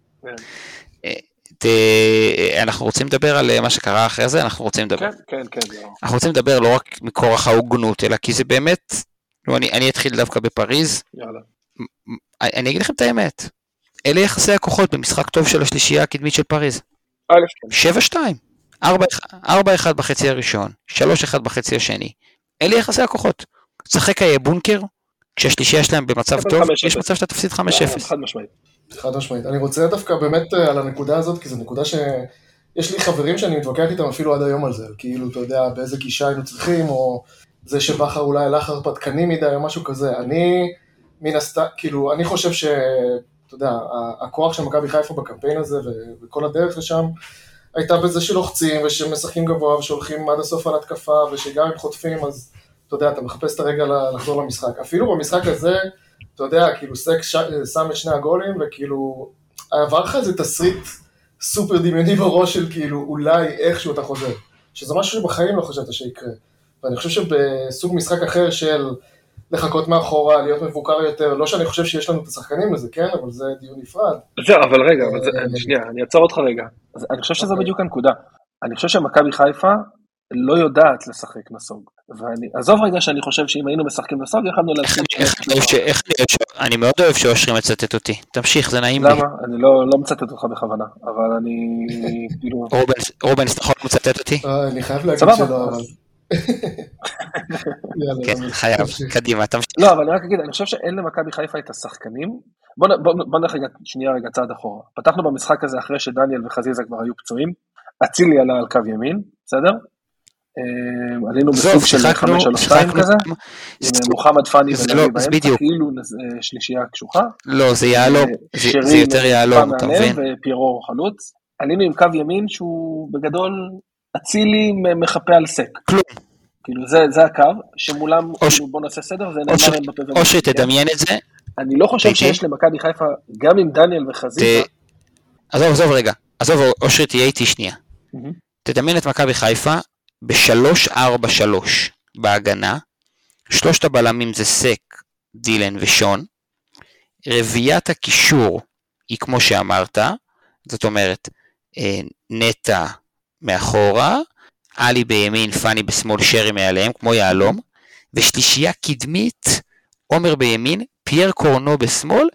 אנחנו רוצים לדבר על מה שקרה אחרי זה, אנחנו רוצים לדבר. כן, כן, כן. אנחנו רוצים לדבר לא רק מכורח ההוגנות, אלא כי זה באמת, אני אתחיל דווקא בפריז. יאללה. אני אגיד לכם את האמת. אלה יחסי הכוחות במשחק טוב של השלישייה הקדמית של פריז. שבע שתיים. ארבע אחד בחצי הראשון, שלוש אחד בחצי השני. אלה יחסי הכוחות. צחק היה בונקר, כשהשלישייה שלהם במצב טוב, יש מצב שאתה תפסיד חמש אפס. חד משמעית. חד משמעית. אני רוצה דווקא באמת על הנקודה הזאת, כי זו נקודה שיש לי חברים שאני מתווכח איתם אפילו עד היום על זה, כאילו, אתה יודע, באיזה גישה היינו צריכים, או זה שבחר אולי הלך הרפתקני מדי, או משהו כזה. אני, מן הסתם, כאילו, אני חושב ש, אתה יודע, הכוח של מכבי חיפה בקמפיין הזה, וכל הדרך לשם, הייתה בזה שלוחצים, ושמשחקים גבוה, ושהולכים עד הסוף על התקפה, ושגם הם חוטפים, אז אתה יודע, אתה מחפש את הרגע לחזור למשחק. אפילו במשחק הזה, אתה יודע, כאילו סק שם את שני הגולים, וכאילו, עבר לך איזה תסריט סופר דמיוני בראש של כאילו, אולי איכשהו אתה חוזר. שזה משהו שבחיים לא חשבת שיקרה. ואני חושב שבסוג משחק אחר של לחכות מאחורה, להיות מבוקר יותר, לא שאני חושב שיש לנו את השחקנים לזה, כן? אבל זה דיון נפרד. זהו, אבל רגע, אבל זה, שנייה, אני אעצור אותך רגע. אז אני חושב שזה בדיוק הנקודה. אני חושב שמכבי חיפה לא יודעת לשחק נסוג. ואני, עזוב רגע שאני חושב שאם היינו משחקים נסוג, יכולנו להפסיד. אני מאוד אוהב שאושרי מצטט אותי. תמשיך, זה נעים לי. למה? אני לא מצטט אותך בכוונה, אבל אני, כאילו... רובן, אתה יכול למצטט אותי? אני חייב להגיד שלא, אבל... כן, חייב, קדימה, תמשיך. לא, אבל אני רק אגיד, אני חושב שאין למכבי חיפה את השחקנים. בוא נלך שנייה רגע צעד אחורה. פתחנו במשחק הזה אחרי שדניאל וחזיזה כבר היו פצועים. אצילי עלה על קו ימין, בסדר? עלינו בסוג של חמש שלוש שתיים כזה, עם מוחמד פאני ולוי באמצע, כאילו שלישייה קשוחה. לא, זה יעלום, זה יותר יעלום, אתה מבין? ופיירו חלוץ. עלינו עם קו ימין שהוא בגדול אצילי מחפה על סק. כלום. כאילו זה הקו, שמולם, בוא נעשה סדר, זה נאמר עם בפה ומחפה. או שתדמיין את זה. אני לא חושב שיש למכבי חיפה, גם עם דניאל וחזיזה. עזוב, עזוב רגע, עזוב, אושרי תהיה איתי שנייה. תדמיין את מכבי חיפה, ב-שלוש ארבע שלוש בהגנה, שלושת הבלמים זה סק, דילן ושון, רביעת הקישור היא כמו שאמרת, זאת אומרת, נטה מאחורה, אלי בימין, פני בשמאל, שרי מעליהם, כמו יעלום, ושלישייה קדמית, עומר בימין, פייר קורנו בשמאל,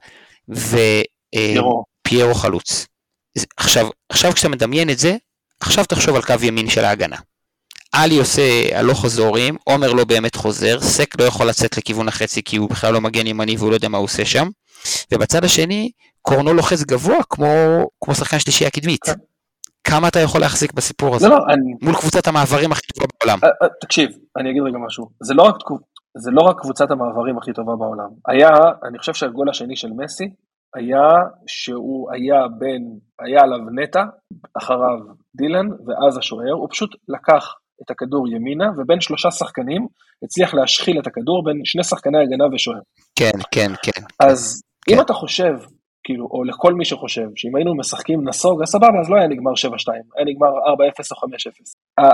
ופיירו חלוץ. עכשיו, עכשיו כשאתה מדמיין את זה, עכשיו תחשוב על קו ימין של ההגנה. אלי עושה הלוך חזורים, עומר לא באמת חוזר, סק לא יכול לצאת לכיוון החצי כי הוא בכלל לא מגן ימני והוא לא יודע מה הוא עושה שם, ובצד השני קורנו לוחץ גבוה כמו, כמו שחקן שלישי הקדמית. Okay. כמה אתה יכול להחזיק בסיפור הזה? לא, לא, אני... מול קבוצת המעברים הכי טובה בעולם. Uh, uh, תקשיב, אני אגיד רגע משהו, זה לא, רק, זה לא רק קבוצת המעברים הכי טובה בעולם, היה, אני חושב שהגול השני של מסי, היה שהוא היה בין, היה עליו נטה, אחריו דילן, ואז השוער, הוא פשוט לקח את הכדור ימינה, ובין שלושה שחקנים, הצליח להשחיל את הכדור בין שני שחקני הגנה ושוער. כן, כן, כן. אז כן. אם אתה חושב, כאילו, או לכל מי שחושב, שאם היינו משחקים נסוג, אז סבבה, אז לא היה נגמר שבע שתיים, היה נגמר ארבע אפס או חמש אפס.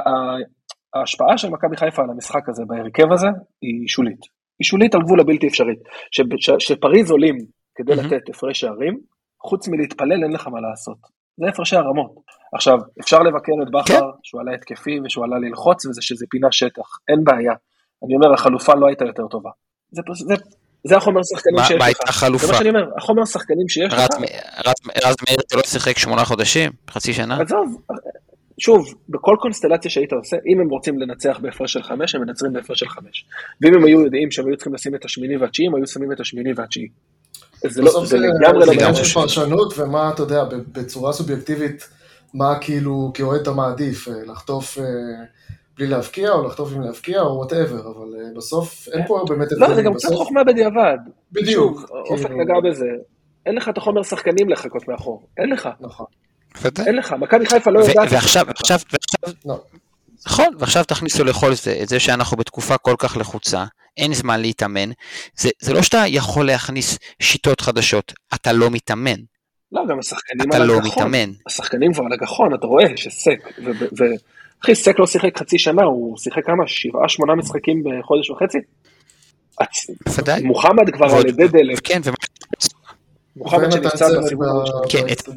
ההשפעה של מכבי חיפה על המשחק הזה, בהרכב הזה, היא שולית. היא שולית על גבול הבלתי אפשרית. שפריז עולים כדי mm-hmm. לתת הפרש שערים, חוץ מלהתפלל אין לך מה לעשות. זה הפרשי הרמות. עכשיו, אפשר לבקר את בכר, כן. שהוא עלה התקפי ושהוא עלה ללחוץ, וזה שזה פינה שטח. אין בעיה. אני אומר, החלופה לא הייתה יותר טובה. זה, זה, זה החומר שחקנים שיש לך. מה הייתה החלופה? זה מה שאני אומר, החומר שחקנים שיש לך. רז מאיר, אתה לא שיחק שמונה חודשים, חצי שנה? עזוב, שוב, בכל קונסטלציה שהיית עושה, אם הם רוצים לנצח בהפרש של חמש, הם מנצרים בהפרש של חמש. ואם הם היו יודעים שהם היו צריכים לשים את השמיני והתשיעי, הם היו שמים את השמיני והתשיעי. זה לא, זה לגמרי לגמרי. זה פרשנות, ומה אתה יודע, בצורה סובייקטיבית, מה כאילו כאוהד אתה מעדיף, לחטוף בלי להפקיע, או לחטוף עם להפקיע, או whatever, אבל בסוף אין פה באמת... לא, זה גם קצת חוכמה בדיעבד. בדיוק. אופק נגע בזה, אין לך את החומר שחקנים לחכות מאחור, אין לך. נכון. אין לך, מכבי חיפה לא יודעת. ועכשיו, ועכשיו, ועכשיו, נכון, ועכשיו תכניסו לכל זה, את זה שאנחנו בתקופה כל כך לחוצה, אין זמן להתאמן, זה, זה לא שאתה יכול להכניס שיטות חדשות, אתה לא מתאמן. לא, גם השחקנים על הגחון. אתה לא מתאמן. השחקנים כבר על הגחון, אתה רואה שסק, ואחי, סק לא שיחק חצי שנה, הוא שיחק כמה, שבעה, שמונה משחקים בחודש וחצי? בוודאי. מוחמד כבר על ידי דלת. כן, ומה... מוחמד שנפצע בסיבוב הראשון. כן, את...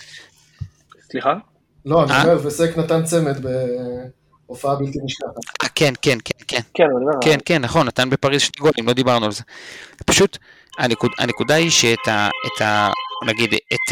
סליחה? לא, אני אומר, וסק נתן צמד בהופעה בלתי נשכחת. כן, כן, כן, כן. כן, כן, נכון, נתן בפריז שני גולים, לא דיברנו על זה. פשוט, הנקודה היא שאת ה... נגיד, את...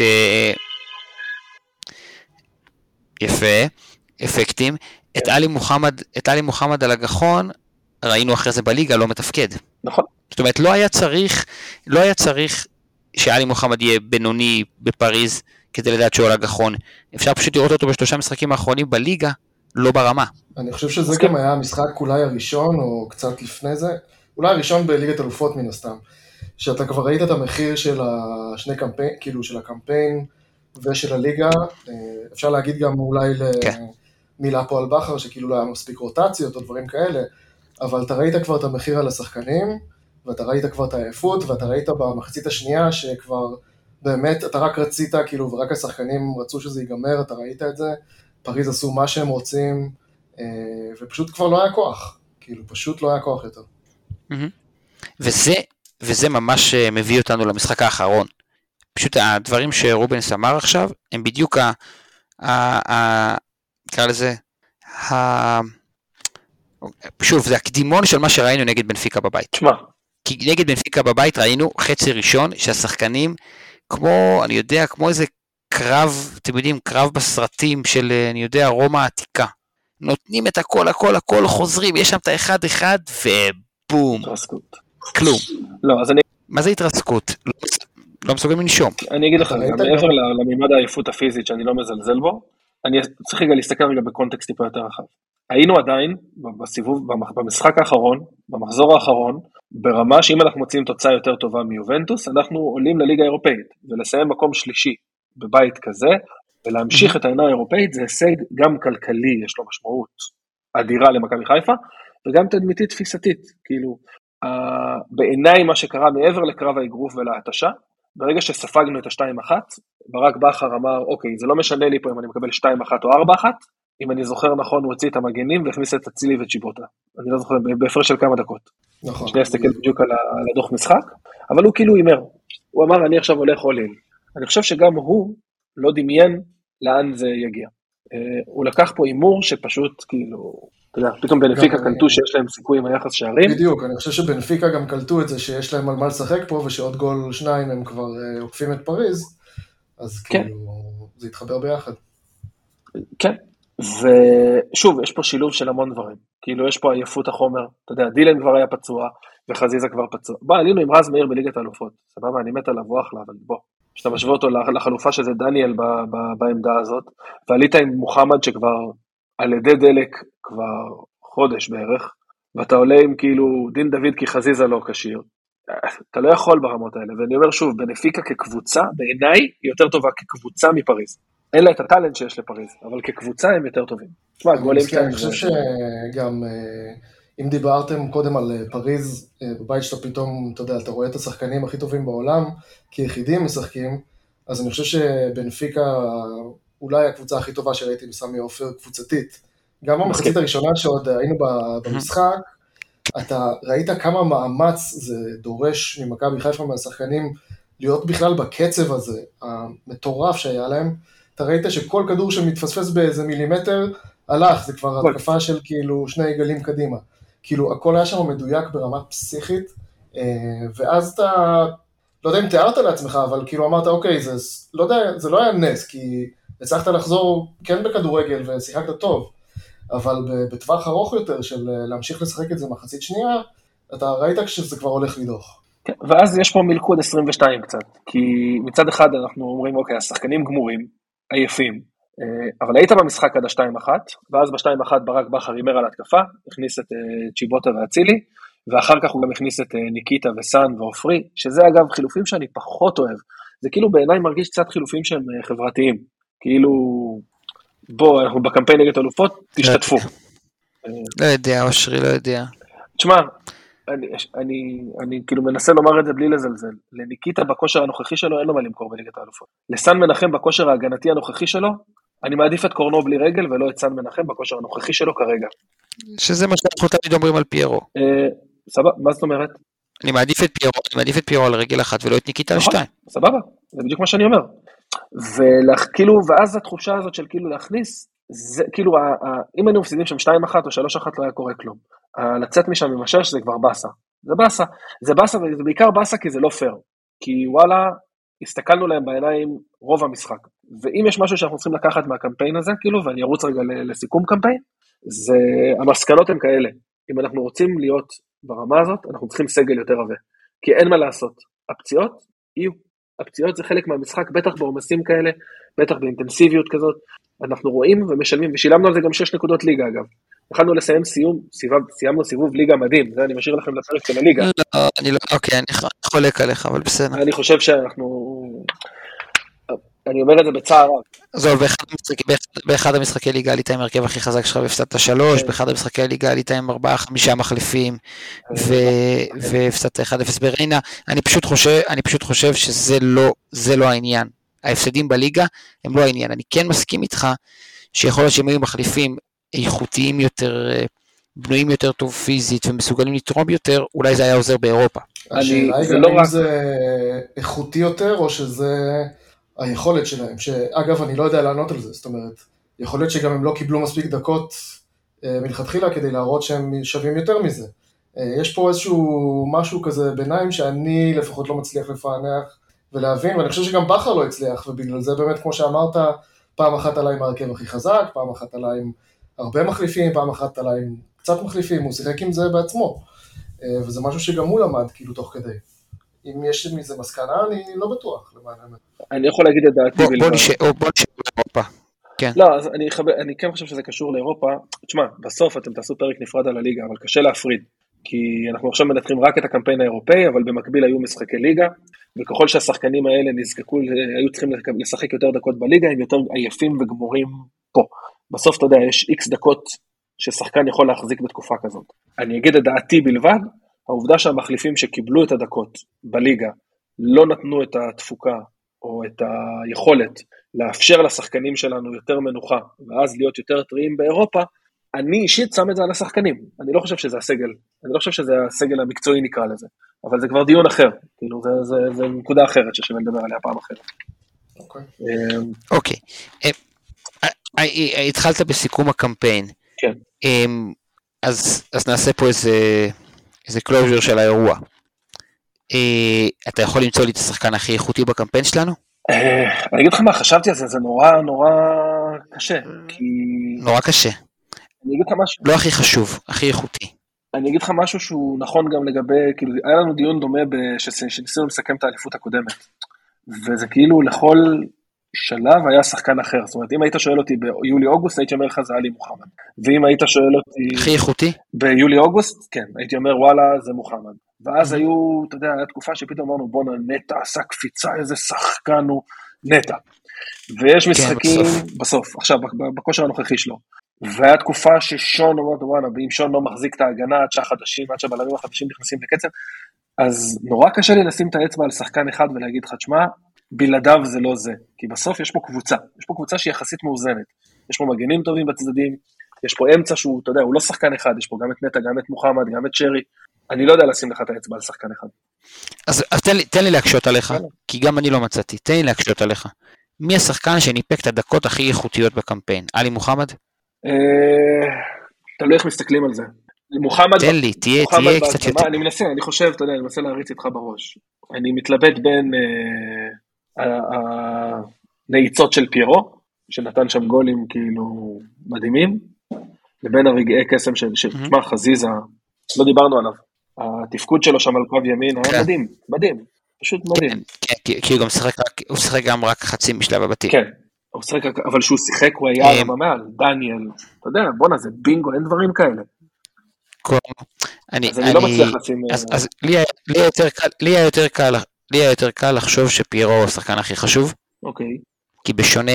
יפה, אפקטים, את אלי מוחמד, את אלי מוחמד על הגחון, ראינו אחרי זה בליגה, לא מתפקד. נכון. זאת אומרת, לא היה צריך, לא היה צריך שאלי מוחמד יהיה בינוני בפריז, כדי לדעת שהוא על הגחון. אפשר פשוט לראות אותו בשלושה משחקים האחרונים בליגה, לא ברמה. אני חושב שזה גם היה המשחק אולי הראשון, או קצת לפני זה, אולי הראשון בליגת אלופות מן הסתם, שאתה כבר ראית את המחיר של השני קמפיין, כאילו של הקמפיין ושל הליגה, אפשר להגיד גם אולי למילה פה על בכר, שכאילו לא היה מספיק רוטציות או דברים כאלה, אבל אתה ראית כבר את המחיר על השחקנים, ואתה ראית כבר את העייפות, ואתה ראית במחצית השנייה שכבר באמת, אתה רק רצית, כאילו, ורק השחקנים רצו שזה ייגמר, אתה ראית את זה, פריז עשו מה שהם רוצים, ופשוט כבר לא היה כוח, כאילו, פשוט לא היה כוח יותר. וזה, וזה ממש מביא אותנו למשחק האחרון. פשוט הדברים שרובנס אמר עכשיו, הם בדיוק ה... ה... נקרא לזה, ה... שוב, זה הקדימון של מה שראינו נגד בנפיקה בבית. תשמע. כי נגד בנפיקה בבית ראינו חצי ראשון שהשחקנים, כמו, אני יודע, כמו איזה קרב, אתם יודעים, קרב בסרטים של, אני יודע, רומא העתיקה. נותנים את הכל, הכל, הכל, חוזרים, יש שם את האחד אחד, ובום. התרסקות. כלום. לא, אז אני... מה זה התרסקות? לא, לא מסוגלים לנשום. אני אגיד לך, מעבר למימד העייפות הפיזית שאני לא מזלזל בו, אני צריך רגע להסתכל רגע בקונטקסט טיפה יותר רחב. היינו עדיין בסיבוב, במשחק האחרון, במחזור האחרון, ברמה שאם אנחנו מוצאים תוצאה יותר טובה מיובנטוס, אנחנו עולים לליגה האירופאית, ולסיים מקום שלישי בבית כזה, ולהמשיך את העונה האירופאית, זה הישג גם כלכלי, יש לו משמעות אדירה למכבי חיפה, וגם תדמיתית תפיסתית, כאילו, בעיניי מה שקרה מעבר לקרב האגרוף ולהתשה, ברגע שספגנו את ה-שתיים אחת, ברק בכר אמר, אוקיי, זה לא משנה לי פה אם אני מקבל שתיים אחת או ארבע אחת, אם אני זוכר נכון, הוא הוציא את המגנים והכניס את אצילי וצ'יבוטה. אני לא זוכר, בהפרש של כמה דקות. נכון. שנייה אסתכל בדיוק על הדוח משחק, אבל הוא כאילו הימר. הוא אמר, אני עכשיו הולך עולים. אני חושב שגם הוא לא דמיין לאן זה יגיע. הוא לקח פה הימור שפשוט כאילו, אתה יודע, פתאום בנפיקה קלטו שיש להם סיכוי עם היחס שערים. בדיוק, אני חושב שבנפיקה גם קלטו את זה שיש להם על מה לשחק פה, ושעוד גול שניים הם כבר עוקפים את פריז, אז כאילו זה יתחבר ביחד. כן, ושוב, יש פה שילוב של המון דברים. כאילו יש פה עייפות החומר, אתה יודע, דילן כבר היה פצוע, וחזיזה כבר פצוע. בוא, עלינו עם רז מאיר בליגת האלופות, סבבה, אני מת עליו, הוא אחלה, אבל בוא. שאתה משווה אותו לחלופה שזה דניאל ב, ב, בעמדה הזאת, ועלית עם מוחמד שכבר על ידי דלק כבר חודש בערך, ואתה עולה עם כאילו דין דוד כי חזיזה לא קשיר, אתה לא יכול ברמות האלה, ואני אומר שוב, בנפיקה כקבוצה, בעיניי היא יותר טובה כקבוצה מפריז. אין לה את הטלנט שיש לפריז, אבל כקבוצה הם יותר טובים. אני חושב שגם, אם דיברתם קודם על פריז, בבית שאתה פתאום, אתה יודע, אתה רואה את השחקנים הכי טובים בעולם, כיחידים משחקים, אז אני חושב שבנפיקה, אולי הקבוצה הכי טובה שראיתי בסמי עופר, קבוצתית. גם במחצית הראשונה שעוד היינו במשחק, אתה ראית כמה מאמץ זה דורש ממכבי חיפה מהשחקנים, להיות בכלל בקצב הזה, המטורף שהיה להם, אתה ראית שכל כדור שמתפספס באיזה מילימטר, הלך, זה כבר התקפה של כאילו שני גלים קדימה. כאילו, הכל היה שם מדויק ברמה פסיכית, ואז אתה, לא יודע אם תיארת לעצמך, אבל כאילו אמרת, אוקיי, זה לא, יודע, זה לא היה נס, כי הצלחת לחזור כן בכדורגל ושיחקת טוב, אבל בטווח ארוך יותר של להמשיך לשחק את זה מחצית שנייה, אתה ראית שזה כבר הולך לדוח. כן, ואז יש פה מלכוד עשרים ושתיים קצת, כי מצד אחד אנחנו אומרים, אוקיי, השחקנים גמורים, עייפים, אבל היית במשחק עד ה-שתיים אחת, ואז ב-שתיים אחת ברק בכר הימר על התקפה, הכניס את צ'יבוטה ואצילי, ואחר כך הוא גם הכניס את ניקיטה וסן ואופרי, שזה אגב חילופים שאני פחות אוהב, זה כאילו בעיניי מרגיש קצת חילופים שהם חברתיים, כאילו, בוא, אנחנו בקמפיין נגד אלופות, תשתתפו. לא יודע, אושרי, לא יודע. תשמע, אני, אני, אני כאילו מנסה לומר את זה בלי לזלזל, לניקיטה בכושר הנוכחי שלו אין לו מה למכור בליגת האלופות. לסן מנחם בכושר ההגנתי הנוכחי שלו, אני מעדיף את קורנו בלי רגל ולא את סן מנחם בכושר הנוכחי שלו כרגע. שזה מה שאנחנו תמיד אומרים על פיירו. אה, סבבה, מה זאת אומרת? אני מעדיף את פיירו, אני מעדיף את פיירו על רגל אחת ולא את ניקיטה על שתיים. סבבה, זה בדיוק מה שאני אומר. וכאילו, ואז התחושה הזאת של כאילו להכניס, זה כאילו, אם היינו מפסידים שם שתיים אחת או שלוש אחת לא היה קורה כלום. לצאת משם עם השש זה כבר בסה. זה בסה. זה בסה וזה בעיקר בסה כי זה לא פייר. כי וואלה, הסתכלנו להם בעיניים רוב המשחק. ואם יש משהו שאנחנו צריכים לקחת מהקמפיין הזה, כאילו, ואני ארוץ רגע לסיכום קמפיין, זה, המסקנות הן כאלה. אם אנחנו רוצים להיות ברמה הזאת, אנחנו צריכים סגל יותר רבה. כי אין מה לעשות. הפציעות יהיו. הפציעות זה חלק מהמשחק, בטח בעומסים כאלה, בטח באינטנסיביות כזאת. אנחנו רואים ומשלמים, ושילמנו על זה גם שש נקודות ליגה אגב. יכולנו לסיים סיום, סיימנו סיבוב ליגה מדהים, זה אני משאיר לכם לפרק של הליגה. לא, אני לא, אוקיי, אני חולק עליך, אבל בסדר. אני חושב שאנחנו, אני אומר את זה בצער. זו, באחד המשחקי ליגה עלית עם הרכב הכי חזק שלך והפסדת שלוש, באחד המשחקי ליגה עלית עם ארבעה, חמישה מחליפים, והפסדת אחד אפס בריינה. אני פשוט חושב, אני פשוט חושב שזה לא, זה לא העניין. ההפסדים בליגה הם לא העניין. אני כן מסכים איתך שיכול להיות שהם היו מחליפים איכותיים יותר, בנויים יותר טוב פיזית ומסוגלים לתרום יותר, אולי זה היה עוזר באירופה. השאלה היא גם אם זה איכותי יותר או שזה היכולת שלהם, שאגב אני לא יודע לענות על זה, זאת אומרת, יכול להיות שגם הם לא קיבלו מספיק דקות מלכתחילה כדי להראות שהם שווים יותר מזה. יש פה איזשהו משהו כזה ביניים שאני לפחות לא מצליח לפענח ולהבין, ואני חושב שגם בכר לא הצליח, ובגלל זה באמת כמו שאמרת, פעם אחת עליי עם הרכב הכי חזק, פעם אחת עליי עם הרבה מחליפים, פעם אחת עליי עם קצת מחליפים, הוא שיחק עם זה בעצמו, וזה משהו שגם הוא למד כאילו תוך כדי. אם יש מזה מסקנה, אני לא בטוח, למען האמת. אני יכול להגיד את דעתי. בוא נשאר באירופה. כן. לא, אז אני, חבר, אני כן חושב שזה קשור לאירופה. תשמע, בסוף אתם תעשו פרק נפרד על הליגה, אבל קשה להפריד. כי אנחנו עכשיו מנתחים רק את הקמפיין האירופאי, אבל במקביל היו משחקי ליגה, וככל שהשחקנים האלה נזקקו, היו צריכים לשחק יותר דקות בליגה, הם יותר עייפים וגמורים פה. בסוף, אתה יודע, יש איקס דקות ששחקן יכול להחזיק בתקופה כזאת. אני אגיד את דעתי בלבד, העובדה שהמחליפים שקיבלו את הדקות בליגה, לא נתנו את התפוקה, או את היכולת לאפשר לשחקנים שלנו יותר מנוחה, ואז להיות יותר טריים באירופה, אני אישית שם את זה על השחקנים. אני לא חושב שזה הסגל, אני לא חושב שזה הסגל המקצועי נקרא לזה, אבל זה כבר דיון אחר, כאילו זה, זה, זה נקודה אחרת ששווה לדבר עליה פעם אחרת. אוקיי. אוקיי. התחלת בסיכום הקמפיין. כן. אז, אז נעשה פה איזה, איזה closure של האירוע. אתה יכול למצוא לי את השחקן הכי איכותי בקמפיין שלנו? אני אגיד לך מה, חשבתי על זה, זה נורא נורא קשה. כי... נורא קשה. אני אגיד לך משהו. לא הכי חשוב, הכי איכותי. אני אגיד לך משהו שהוא נכון גם לגבי, כאילו, היה לנו דיון דומה שניסינו לסכם את האליפות הקודמת, וזה כאילו לכל שלב היה שחקן אחר, זאת אומרת, אם היית שואל אותי ביולי-אוגוסט, הייתי אומר לך זה עלי מוחמד, ואם היית שואל אותי... הכי איכותי? ביולי-אוגוסט, כן, הייתי אומר וואלה זה מוחמד, ואז היו, אתה יודע, הייתה תקופה שפתאום אמרנו בוא נטע, עשה קפיצה, איזה שחקן הוא נטע, ויש משחקים בסוף, עכשיו, בכושר הנוכחי שלו, והיה תקופה ששון אומר, וואלה, ואם שון לא מחזיק את ההגנה עד שהחדשים, עד שהבלמים החדשים נכנסים לקצב, אז נורא קשה לי לשים את האצבע על שחקן אחד ולהגיד לך, תשמע, בלעדיו זה לא זה, כי בסוף יש פה קבוצה, יש פה קבוצה שהיא יחסית מאוזנת, יש פה מגנים טובים בצדדים, יש פה אמצע שהוא, אתה יודע, הוא לא שחקן אחד, יש פה גם את נטע, גם את מוחמד, גם את שרי, אני לא יודע לשים לך את האצבע על שחקן אחד. אז, אז תן לי, תן לי להקשות עליך, כי גם אני לא מצאתי, תן לי להקשות עליך. מי השחקן שניפק את הדקות הכי איכותיות בקמפיין? עלי מוחמד? תלוי איך מסתכלים על זה. מוחמד, תן לי, תהיה, תהיה קצת יותר. אני מנסה, אני חושב, אתה יודע, אני מנסה להריץ איתך בראש. אני מתלבט בין הנעיצות של פיירו, שנתן שם גולים כאילו מדהימים, לבין הרגעי קסם של, מה, חזיזה, לא דיברנו עליו. התפקוד שלו שם על קו ימין היה מדהים, מדהים, פשוט מדהים. כן, כי הוא שיחק גם רק חצי משלב הבתים. כן. אבל שהוא שיחק, הוא היה במעל, דניאל, אתה יודע, בונה, זה בינגו, אין דברים כאלה. אז אני לא מצליח לשים... אז לי היה יותר קל לחשוב שפיירו הוא השחקן הכי חשוב. אוקיי. כי בשונה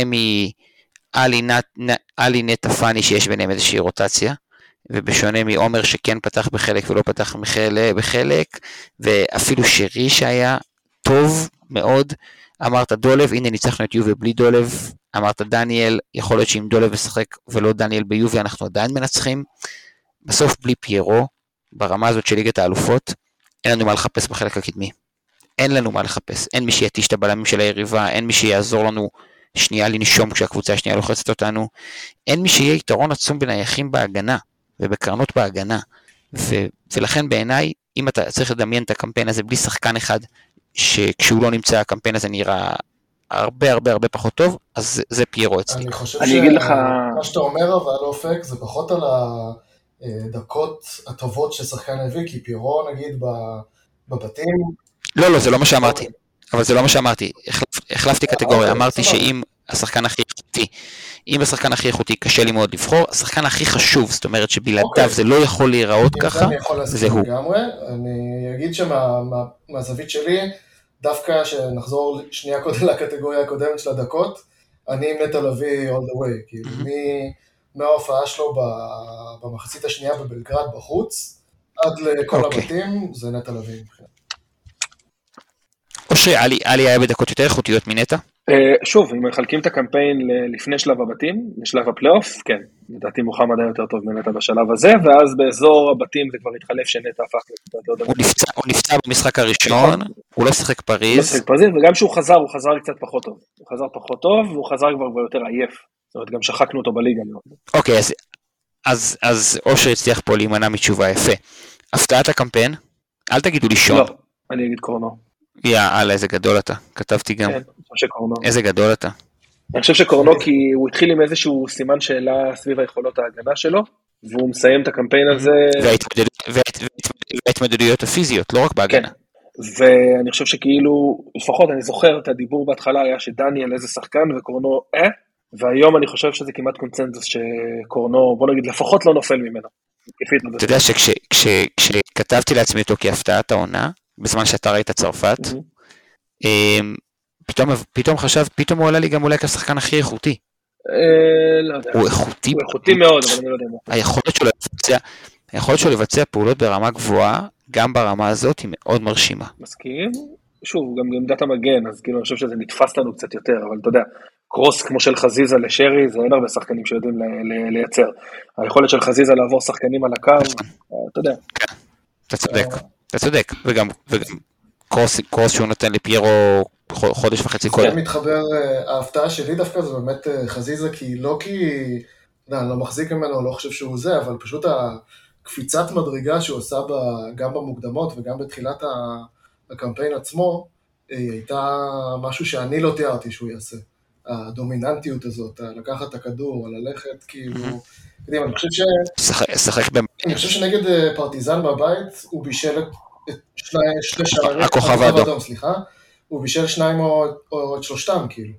מאלי נטע פאני שיש ביניהם איזושהי רוטציה, ובשונה מעומר שכן פתח בחלק ולא פתח בחלק, ואפילו שרי שהיה טוב מאוד, אמרת דולב, הנה ניצחנו את יובי בלי דולב, אמרת דניאל, יכול להיות שאם דולב משחק ולא דניאל ביובי, אנחנו עדיין מנצחים, בסוף בלי פיירו, ברמה הזאת של ליגת האלופות, אין לנו מה לחפש בחלק הקדמי, אין לנו מה לחפש, אין מי שיתיש את הבלמים של היריבה, אין מי שיעזור לנו שנייה לנשום כשהקבוצה השנייה לוחצת אותנו, אין מי שיהיה יתרון עצום בנייחים בהגנה, ובקרנות בהגנה, ו- ולכן בעיניי, אם אתה צריך לדמיין את הקמפיין הזה בלי שחקן אחד, שכשהוא לא נמצא הקמפיין הזה נראה הרבה הרבה הרבה פחות טוב, אז זה פיירו אצלי. אני חושב שמה שאתה אומר אבל אופק זה פחות על הדקות הטובות ששחקן הביא, כי פיירו נגיד בבתים... לא, לא, זה לא מה שאמרתי, אבל זה לא מה שאמרתי, החלפתי קטגוריה, אמרתי שאם השחקן הכי איכותי, אם השחקן הכי איכותי קשה לי מאוד לבחור, השחקן הכי חשוב, זאת אומרת שבלעדיו זה לא יכול להיראות ככה, זה הוא. אני אגיד שמהזווית שלי, דווקא שנחזור שנייה קודם לקטגוריה הקודמת של הדקות, אני עם נטע לביא all the way, כאילו מההופעה שלו במחצית השנייה בבלגרד בחוץ, עד לכל הבתים, זה נטע לביא. או שעלי היה בדקות יותר איכותיות מנטע? שוב, אם מחלקים את הקמפיין לפני שלב הבתים, לשלב הפלייאוף, כן, לדעתי מוחמד היה יותר טוב מנטע בשלב הזה, ואז באזור הבתים זה כבר התחלף שנטע הפך לקצת. הוא נפצע במשחק הראשון, הוא לא שחק פריז. לא שחק פריז, וגם שהוא חזר, הוא חזר קצת פחות טוב. הוא חזר פחות טוב, והוא חזר כבר יותר עייף. זאת אומרת, גם שחקנו אותו בליגה. אוקיי, אז אושר הצליח פה להימנע מתשובה יפה. הפתעת הקמפיין, אל תגידו לי שון. לא, אני אגיד קורנו. יאללה, איזה גדול אתה, כתבתי גם. כן, אני חושב שקורנו. איזה גדול אתה. אני חושב שקורנו כי הוא התחיל עם איזשהו סימן שאלה סביב היכולות ההגנה שלו, והוא מסיים את הקמפיין הזה. וההתמודדויות הפיזיות, לא רק בהגנה. ואני חושב שכאילו, לפחות אני זוכר את הדיבור בהתחלה היה שדניאל איזה שחקן וקורנו אה, והיום אני חושב שזה כמעט קונצנזוס שקורנו, בוא נגיד, לפחות לא נופל ממנו. אתה יודע שכשכתבתי לעצמי אותו כהפתעת העונה, בזמן שאתה ראית צרפת, פתאום חשב, פתאום הוא עלה לי גם אולי כשחקן הכי איכותי. לא יודע. הוא איכותי. הוא איכותי מאוד, אבל אני לא יודע מה. היכולת שלו לבצע פעולות ברמה גבוהה, גם ברמה הזאת היא מאוד מרשימה. מסכים? שוב, גם עמדת המגן, אז כאילו אני חושב שזה נתפס לנו קצת יותר, אבל אתה יודע, קרוס כמו של חזיזה לשרי, זה אין הרבה שחקנים שיודעים לייצר. היכולת של חזיזה לעבור שחקנים על הקו, אתה יודע. כן, אתה צודק, אתה צודק, וגם קרוס שהוא נותן לפיירו חודש וחצי קודם. זה מתחבר, ההפתעה שלי דווקא זה באמת חזיזה, כי לא כי, אני לא מחזיק ממנו, לא חושב שהוא זה, אבל פשוט הקפיצת מדרגה שהוא עושה גם במוקדמות וגם בתחילת הקמפיין עצמו, היא הייתה משהו שאני לא תיארתי שהוא יעשה. הדומיננטיות הזאת, לקחת את הכדור, ללכת, כאילו, יודעים, אני חושב ש... שחק במ... אני חושב שנגד פרטיזן בבית, הוא בישל את שני שערים... הכוכב האדום. סליחה, הוא בישל שניים או את שלושתם, כאילו.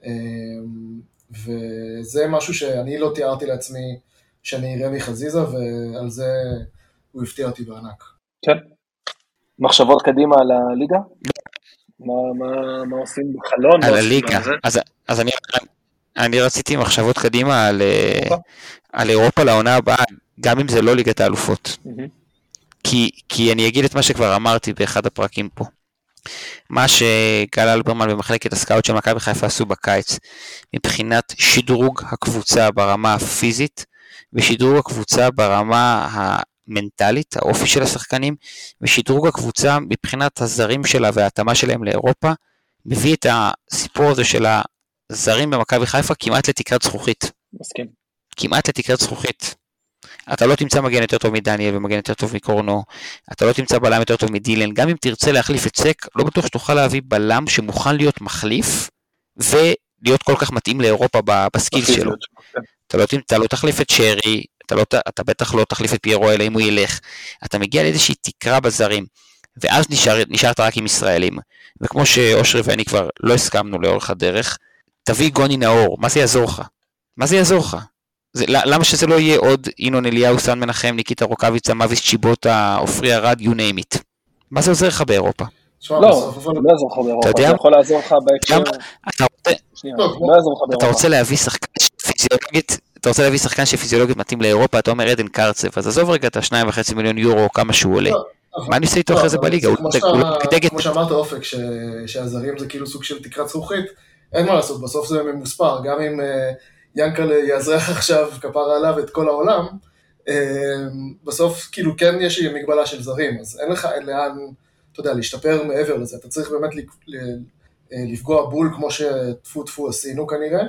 וזה משהו שאני לא תיארתי לעצמי שאני אראה מחזיזה, ועל זה הוא הפתיע אותי בענק. כן. מחשבות קדימה על הליגה? מה, מה, מה עושים בחלון? על הליגה. אז, אז אני, אני רציתי מחשבות קדימה על, על אירופה לעונה הבאה, גם אם זה לא ליגת האלופות. Mm-hmm. כי, כי אני אגיד את מה שכבר אמרתי באחד הפרקים פה. מה שגל אלברמן במחלקת הסקאוט של מכבי חיפה עשו בקיץ, מבחינת שדרוג הקבוצה ברמה הפיזית, ושדרוג הקבוצה ברמה המנטלית, האופי של השחקנים, ושדרוג הקבוצה מבחינת הזרים שלה וההתאמה שלהם לאירופה, מביא את הסיפור הזה של הזרים במכבי חיפה כמעט לתקרת זכוכית. מסכים. כמעט לתקרת זכוכית. אתה לא תמצא מגן יותר טוב מדניאל ומגן יותר טוב מקורנו, אתה לא תמצא בלם יותר טוב מדילן, גם אם תרצה להחליף את סק, לא בטוח שתוכל להביא בלם שמוכן להיות מחליף, ולהיות כל כך מתאים לאירופה בסקיל שלו. אתה לא, אתה לא תחליף את שרי, אתה, לא, אתה בטח לא תחליף את פיירו אלא אם הוא ילך, אתה מגיע לאיזושהי תקרה בזרים, ואז נשאר, נשארת רק עם ישראלים, וכמו שאושרי ואני כבר לא הסכמנו לאורך הדרך, תביא גוני נאור, מה זה יעזור לך? מה זה יעזור לך? זה, למה שזה לא יהיה עוד אינון אליהו, סן מנחם, ניקיטה רוקביצה, מביס צ'יבוטה, אופרי ארד, you name it. מה זה עוזר לך באירופה? לא, לא יעזור לך באירופה, זה יכול לעזור לך בהקשר... אתה רוצה להביא שחקן פיזיולוגית, אתה רוצה להביא שחקן שפיזיולוגית מתאים לאירופה, אתה אומר עדן קרצב, אז עזוב רגע את השניים וחצי מיליון יורו, כמה שהוא עולה. מה אני עושה איתו אחרי זה בליגה? כמו שאמרת אופק, שהזרים זה כאילו סוג של תקרת זכוכית, אין מה לעשות, בסוף זה ממוספר, גם אם ינקל יאזרח עכשיו כפרה עליו את כל העולם, בסוף כאילו כן יש מגבלה של זרים, אז אין לך לאן, אתה יודע, להשתפר מעבר לזה, אתה צריך באמת לפגוע בול כמו שטפו טפו עשינו כנראה,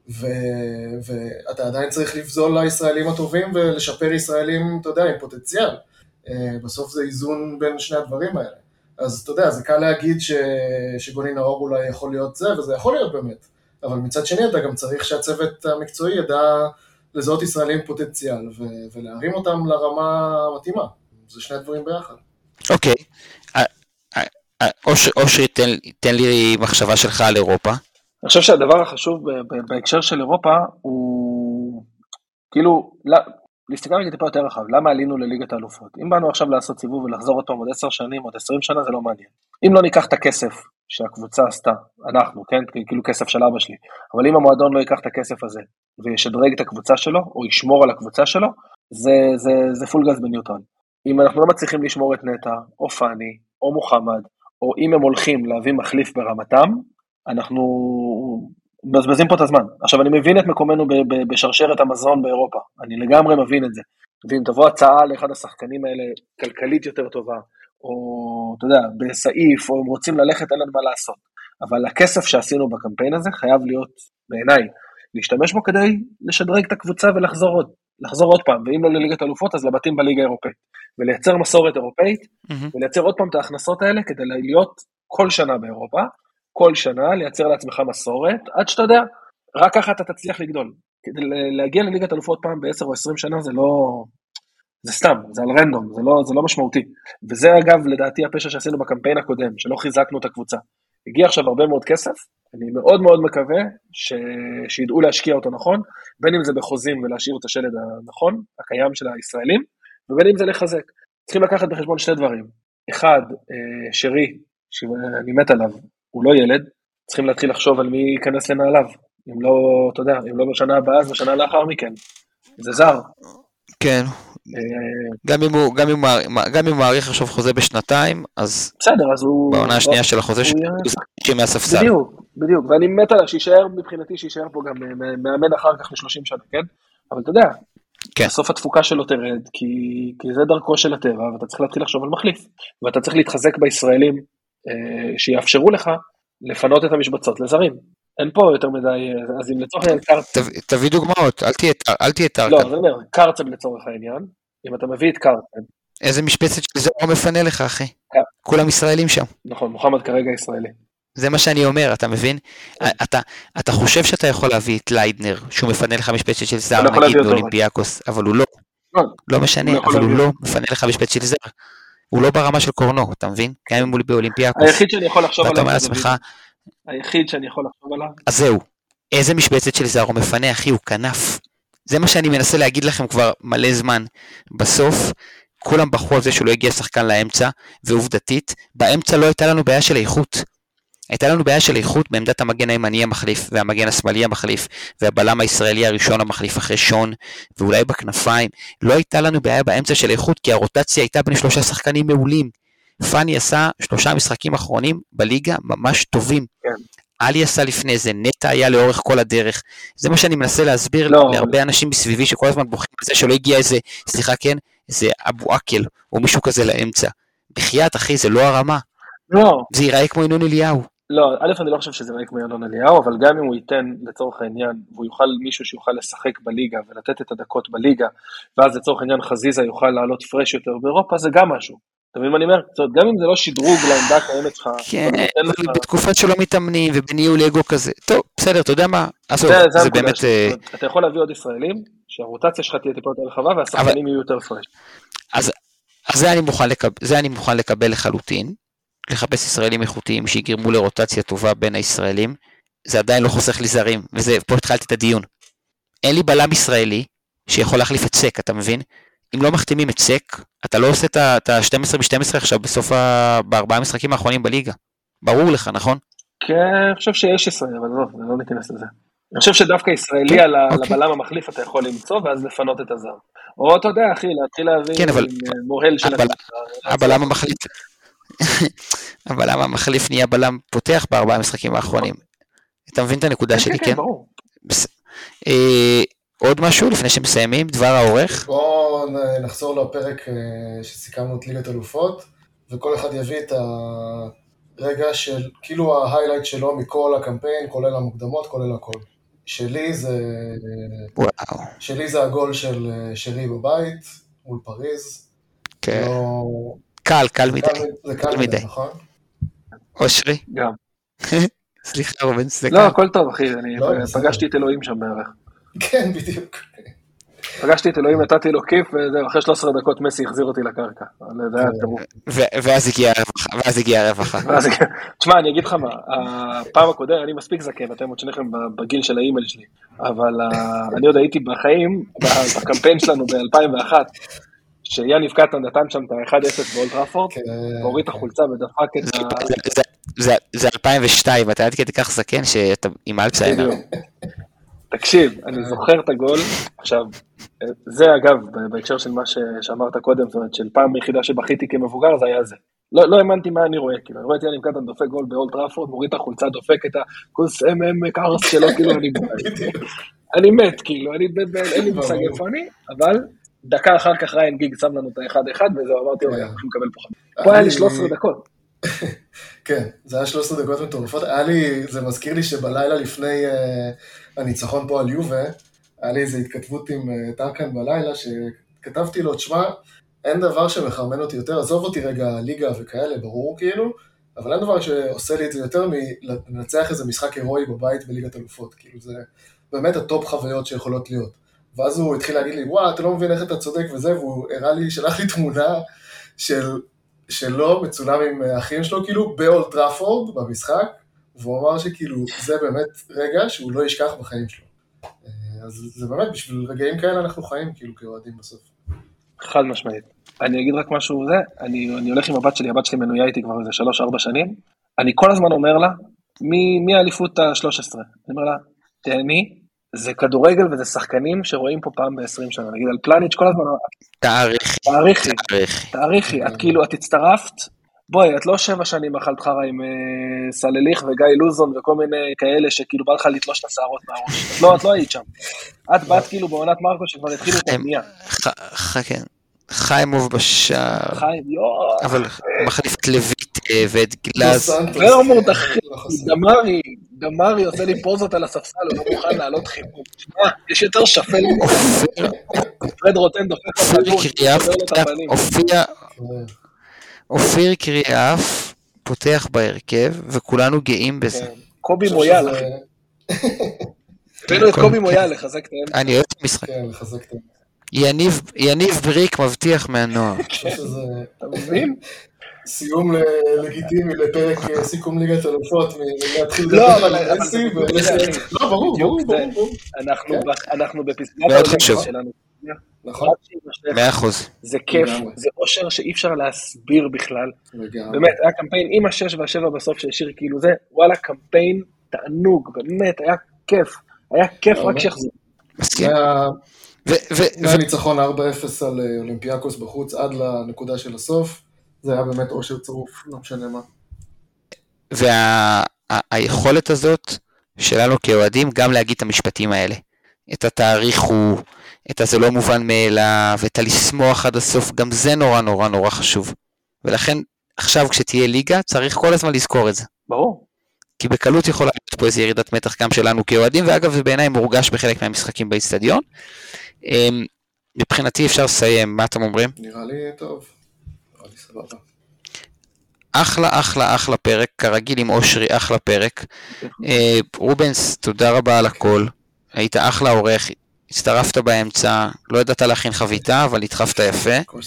ואתה עדיין צריך לבזול לישראלים הטובים ולשפר ישראלים, אתה יודע, עם פוטנציאל, בסוף זה איזון בין שני הדברים האלה, אז אתה יודע, זה קל להגיד שגוני נאור אולי יכול להיות זה, וזה יכול להיות באמת, אבל מצד שני אתה גם צריך שהצוות המקצועי ידע לזהות ישראלים פוטנציאל, ולהרים אותם לרמה המתאימה. זה שני דברים ביחד. אוקיי. אושרי, תן לי מחשבה שלך על אירופה. אני חושב שהדבר החשוב בהקשר של אירופה, הוא כאילו, להסתכל רגע טיפה יותר רחב, למה עלינו לליגת האלופות? אם באנו עכשיו לעשות סיבוב ולחזור אותו עוד עשר שנים, עוד עשרים שנה, זה לא מעניין. אם לא ניקח את הכסף שהקבוצה עשתה, אנחנו, כן, כאילו כסף של אבא שלי, אבל אם המועדון לא ייקח את הכסף הזה, וישדרג את הקבוצה שלו, או ישמור על הקבוצה שלו, זה, זה, זה פול גז בניוטון. אם אנחנו לא מצליחים לשמור את נטע, או פני, או מוחמד, או אם הם הולכים להביא מחליף ברמתם, אנחנו מבזבזים פה את הזמן. עכשיו, אני מבין את מקומנו ב- ב- בשרשרת המזון באירופה, אני לגמרי מבין את זה. ואם תבוא הצעה לאחד השחקנים האלה, כלכלית יותר טובה, או, אתה יודע, בסעיף, או הם רוצים ללכת, אין לנו מה לעשות. אבל הכסף שעשינו בקמפיין הזה, חייב להיות, בעיניי, להשתמש בו כדי לשדרג את הקבוצה ולחזור עוד, לחזור עוד פעם, ואם לא לליגת אלופות, אז לבתים בליגה האירופאית. ולייצר מסורת אירופאית, mm-hmm. ולייצר עוד פעם את ההכנסות האלה, כדי להיות כל שנה באירופה, כל שנה, לייצר לעצמך מסורת, עד שאתה יודע, רק ככה אתה תצליח לגדול. כדי להגיע לליגת אלופות פעם ב-עשר או עשרים שנה, זה לא, זה סתם, זה על רנדום, זה לא, זה לא משמעותי. וזה אגב, לדעתי, הפשע שעשינו בקמפיין הקודם, שלא חיזקנו את הקבוצה. הגיע עכשיו הרבה מאוד כסף, אני מאוד מאוד מקווה ש... שידעו להשקיע אותו נכון, בין אם זה בחוזים ולהשאיר את השלד הנכון, הקיים של הישראלים, ובין אם זה לחזק. צריכים לקחת בחשבון שני דברים. אחד, שרי, שאני מת עליו, הוא לא ילד, צריכים להתחיל לחשוב על מי ייכנס לנעליו. אם לא, אתה יודע, אם לא בשנה הבאה, אז בשנה לאחר מכן. זה זר. כן. גם אם הוא, גם אם הוא, גם אם הוא מעריך עכשיו חוזה בשנתיים, אז בסדר, אז הוא... בעונה השנייה של החוזה שלו, הוא מהספסל. בדיוק, בדיוק, ואני מת עליו, שישאר מבחינתי, שישאר פה גם מאמן אחר כך ל-שלושים שנה, כן? אבל אתה יודע, בסוף התפוקה שלו תרד, כי, כי זה דרכו של הטבע, ואתה צריך להתחיל לחשוב על מחליף, ואתה צריך להתחזק בישראלים, אה, שיאפשרו לך לפנות את המשבצות לזרים. אין פה יותר מדי, אז אם לצורך העניין קרצב... תביא דוגמאות, אל תהיה טרקן. לא, זה אומר, קרצב לצורך העניין, אם אתה מביא את קרצב... איזה משבצת של זר מפנה לך, אחי? כולם ישראלים שם. נכון, מוחמד כרגע ישראלי. זה מה שאני אומר, אתה מבין? אתה, אתה חושב שאתה יכול להביא את ליידנר, שהוא מפנה לך משבצת של זר, נגיד באולימפיאקוס, אבל הוא לא. לא משנה, אבל הוא לא מפנה לך משבצת של זר. הוא לא ברמה של קורנו, אתה מבין? גם אם הוא באולימפיאקוס. היחיד שאני יכול לחשוב עליו. היחיד שאני יכול לחשוב עליו. אז זהו, איזה משבצת של זר הוא מפנה, אחי, הוא כנף. זה מה שאני מנסה להגיד לכם כבר מלא זמן. בסוף, כולם בחרו על זה שהוא לא הגיע שחקן לאמצע, ועובדתית, באמצע לא הייתה לנו בעיה של איכות. הייתה לנו בעיה של איכות בעמדת המגן הימני המחליף, והמגן השמאלי המחליף, והבלם הישראלי הראשון המחליף אחרי שון, ואולי בכנפיים. לא הייתה לנו בעיה באמצע של איכות, כי הרוטציה הייתה בין שלושה שחקנים מעולים. פני עשה שלושה משחקים אחרונים בליגה ממש טובים. כן. אלי עשה לפני זה, נטע היה לאורך כל הדרך. זה מה שאני מנסה להסביר לא. להרבה אנשים מסביבי, שכל הזמן בוחרים בזה שלא הגיע איזה, סליחה כן, איזה אבו אקל, או מישהו כזה לאמצע. בחייאת אחי, זה לא הרמה. לא. זה ייראה כמו ינון אליהו. לא, א' אני לא חושב שזה ייראה כמו ינון אליהו, אבל גם אם הוא ייתן לצורך העניין, והוא יוכל מישהו שיוכל לשחק בליגה, ולתת את הדקות בליגה, ואז לצורך העניין חזיזה יוכל לעלות פרש יותר באירופה, זה גם משהו. אתה מבין מה אני אומר? גם אם זה לא שדרוג לעמדה קיימת שלך. כן, אבל בתקופת שלא מתאמנים, ובניהול אגו כזה. טוב, בסדר, אתה יודע מה? זה באמת... אתה יכול להביא עוד ישראלים, שהרוטציה שלך תהיה טיפה יותר רחבה, והשחקנים יהיו יותר פרש. אז זה אני מוכן לקבל לחלוטין. לחפש ישראלים איכותיים שיגרמו לרוטציה טובה בין הישראלים, זה עדיין לא חוסך לי זרים, ופה התחלתי את הדיון. אין לי בלם ישראלי שיכול להחליף את סק, אתה מבין? אם לא מחתימים את סק, אתה לא עושה את ה-שתים עשרה ב-שתים עשרה עכשיו, בסוף בארבעה משחקים האחרונים בליגה. ברור לך, נכון? כן, אני חושב שיש ישראל, אבל לא, לא ניכנס לזה. אני חושב שדווקא ישראלי על הבלם המחליף אתה יכול למצוא, ואז לפנות את הזר. או אתה יודע, אחי, להתחיל להביא מוהל של הבלם המחליף. אבל למה המחליף נהיה בלם פותח בארבעה המשחקים האחרונים? אתה מבין את הנקודה שלי, כן? עוד משהו לפני שמסיימים, דבר העורך? בואו נחזור לפרק שסיכמנו את ליגת אלופות, וכל אחד יביא את הרגע של, כאילו ההיילייט שלו מכל הקמפיין, כולל המוקדמות, כולל הכל. שלי זה... שלי זה הגול של שרי בבית, מול פריז. כן. קל, קל מדי. זה קל מדי, נכון? אושרי? גם. סליחה, רובן, זה קל. לא, הכל טוב, אחי, אני פגשתי את אלוהים שם בערך. כן, בדיוק. פגשתי את אלוהים, נתתי לו כיף, ואחרי שלוש עשרה דקות מסי החזיר אותי לקרקע. ואז הגיע הרווחה. תשמע, אני אגיד לך מה, הפעם הקודם, אני מספיק זקן, אתם עוד שניכם בגיל של האימייל שלי, אבל אני עוד הייתי בחיים, בקמפיין שלנו ב-אלפיים ואחת, שיאניב קטן נתן שם את ה-אחד אפס באולד טראפורד, והוריד את החולצה ודפק את ה... זה אלפיים ושתיים, ואתה עד כדי כך זקן שאתה עם אלצהיימר. תקשיב, אני זוכר את הגול, עכשיו, זה אגב, בהקשר של מה שאמרת קודם, זאת אומרת, של פעם יחידה שבכיתי כמבוגר, זה היה זה. לא האמנתי מה אני רואה, כאילו, אני רואה את יאניב קטן דופק גול באולד טראפורד, מוריד את החולצה, דופק את הכוס אם אם קארס שלו, כאילו, אני מת, כאילו, אין לי מושג איפה אני, אבל... דקה אחר כך ריין גיג שם לנו את האחד אחד, וזהו, אמרתי, אוקיי, אנחנו מקבל פה חמש. פה היה לי שלוש עשרה דקות. כן, זה היה שלוש עשרה דקות מטורפות. היה לי, זה מזכיר לי שבלילה לפני הניצחון פה על יובה, היה לי איזו התכתבות עם טרקן בלילה, שכתבתי לו, תשמע, אין דבר שמחרמן אותי יותר, עזוב אותי רגע ליגה וכאלה, ברור כאילו, אבל אין דבר שעושה לי את זה יותר מלנצח איזה משחק הירואי בבית בליגת אלופות. כאילו זה באמת הטופ חוויות שיכולות להיות. ואז הוא התחיל להגיד לי, וואו, אתה לא מבין איך אתה צודק וזה, והוא הראה לי, שלח לי תמונה של, שלו מצולם עם אחים שלו, כאילו, באולד טראפורד, במשחק, והוא אמר שכאילו זה באמת רגע שהוא לא ישכח בחיים שלו. אז זה באמת, בשביל רגעים כאלה אנחנו חיים כאילו כאוהדים בסוף. חד משמעית. אני אגיד רק משהו זה, אני, אני הולך עם הבת שלי, הבת שלי מנויה איתי כבר איזה שלוש, ארבע שנים, אני כל הזמן אומר לה, מי האליפות ה-שלוש עשרה? אני אומר לה, תהני, זה כדורגל וזה שחקנים שרואים פה פעם ב-עשרים שנה, נגיד על פלניץ' כל הזמן, תאריכי. תאריכי, תאריכי, את כאילו, את הצטרפת, בואי, את לא שבע שנים אכלת חרא עם סלליך וגיא לוזון וכל מיני כאלה שכאילו בא לך לתלוש את השערות מהראש, לא, את לא היית שם, את באת כאילו בעונת מרקו שכבר התחילו את הבנייה. כן. חיימוב בשער, אבל מחליף את לויט ואת גלאז. ורמוט אחי, דמרי, דמרי עושה לי פוזות על הספסל, הוא לא מוכן לעלות חימום. שמע, יש יותר שפל. פרד רוטן דופק בכדור, אופיר קריאף פותח בהרכב, וכולנו גאים בזה. קובי מויאל, אחי. הבאנו את קובי מויאל לחזק את האמצע. אני אוהב את המשחק. כן, לחזק את האמצע. יניב בריק מבטיח מהנוער. אתה מבין? סיום לגיטימי לפרק סיכום ליגת אלופות, להתחיל לא, אבל לא, ברור, ברור, ברור. אנחנו בפסגת שלנו. נכון. מאה אחוז. זה כיף, זה אושר שאי אפשר להסביר בכלל. באמת, היה קמפיין עם השש והשבע בסוף שהשאיר כאילו זה, וואלה, קמפיין תענוג, באמת, היה כיף. היה כיף רק שיחזור. מסכים. והניצחון ארבע אפס על אולימפיאקוס בחוץ עד לנקודה של הסוף, זה היה באמת אושר צרוף, לא משנה מה. והיכולת הזאת שלנו כאוהדים גם להגיד את המשפטים האלה. את התאריך הוא, את הזה לא מובן מאליו, את הלשמוח עד הסוף, גם זה נורא נורא נורא חשוב. ולכן עכשיו כשתהיה ליגה צריך כל הזמן לזכור את זה. ברור. כי בקלות יכולה להיות פה איזו ירידת מתח גם שלנו כאוהדים, ואגב זה בעיניי מורגש בחלק מהמשחקים באצטדיון. מבחינתי אפשר לסיים, מה אתם אומרים? נראה לי טוב, נראה לי סבבה. אחלה, אחלה, אחלה פרק, כרגיל עם אושרי, אחלה פרק. רובנס, תודה רבה על הכל, היית אחלה עורך, הצטרפת באמצע, לא ידעת להכין חביתה, אבל התחפת יפה.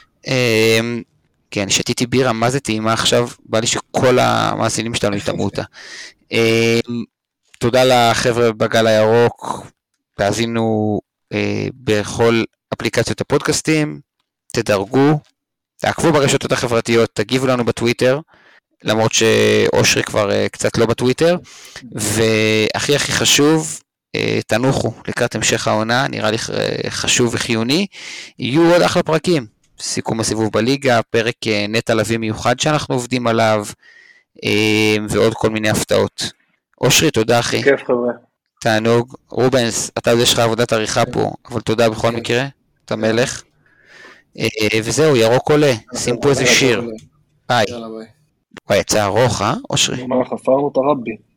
כן, שתיתי בירה, מה זה טעימה עכשיו? בא לי שכל המאזינים שלנו יתאמו אותה. תודה לחבר'ה בגל הירוק, תאזינו בכל אפליקציות הפודקאסטים, תדרגו, תעקבו ברשתות החברתיות, תגיבו לנו בטוויטר, למרות שאושרי כבר קצת לא בטוויטר, והכי הכי חשוב, תנוחו לקראת המשך העונה, נראה לי חשוב וחיוני, יהיו עוד אחלה פרקים, סיכום הסיבוב בליגה, פרק נטע לוי מיוחד שאנחנו עובדים עליו, ועוד כל מיני הפתעות. אושרי, תודה אחי. כיף חבר'ה. תענוג. רובנס, אתה יש לך עבודת עריכה פה, אבל תודה בכל מקרה, אתה מלך. וזהו, ירוק עולה, שים פה איזה שיר. ביי. וואי, יצא ארוך, אה, אושרי? מה, חפרנו את הרבי.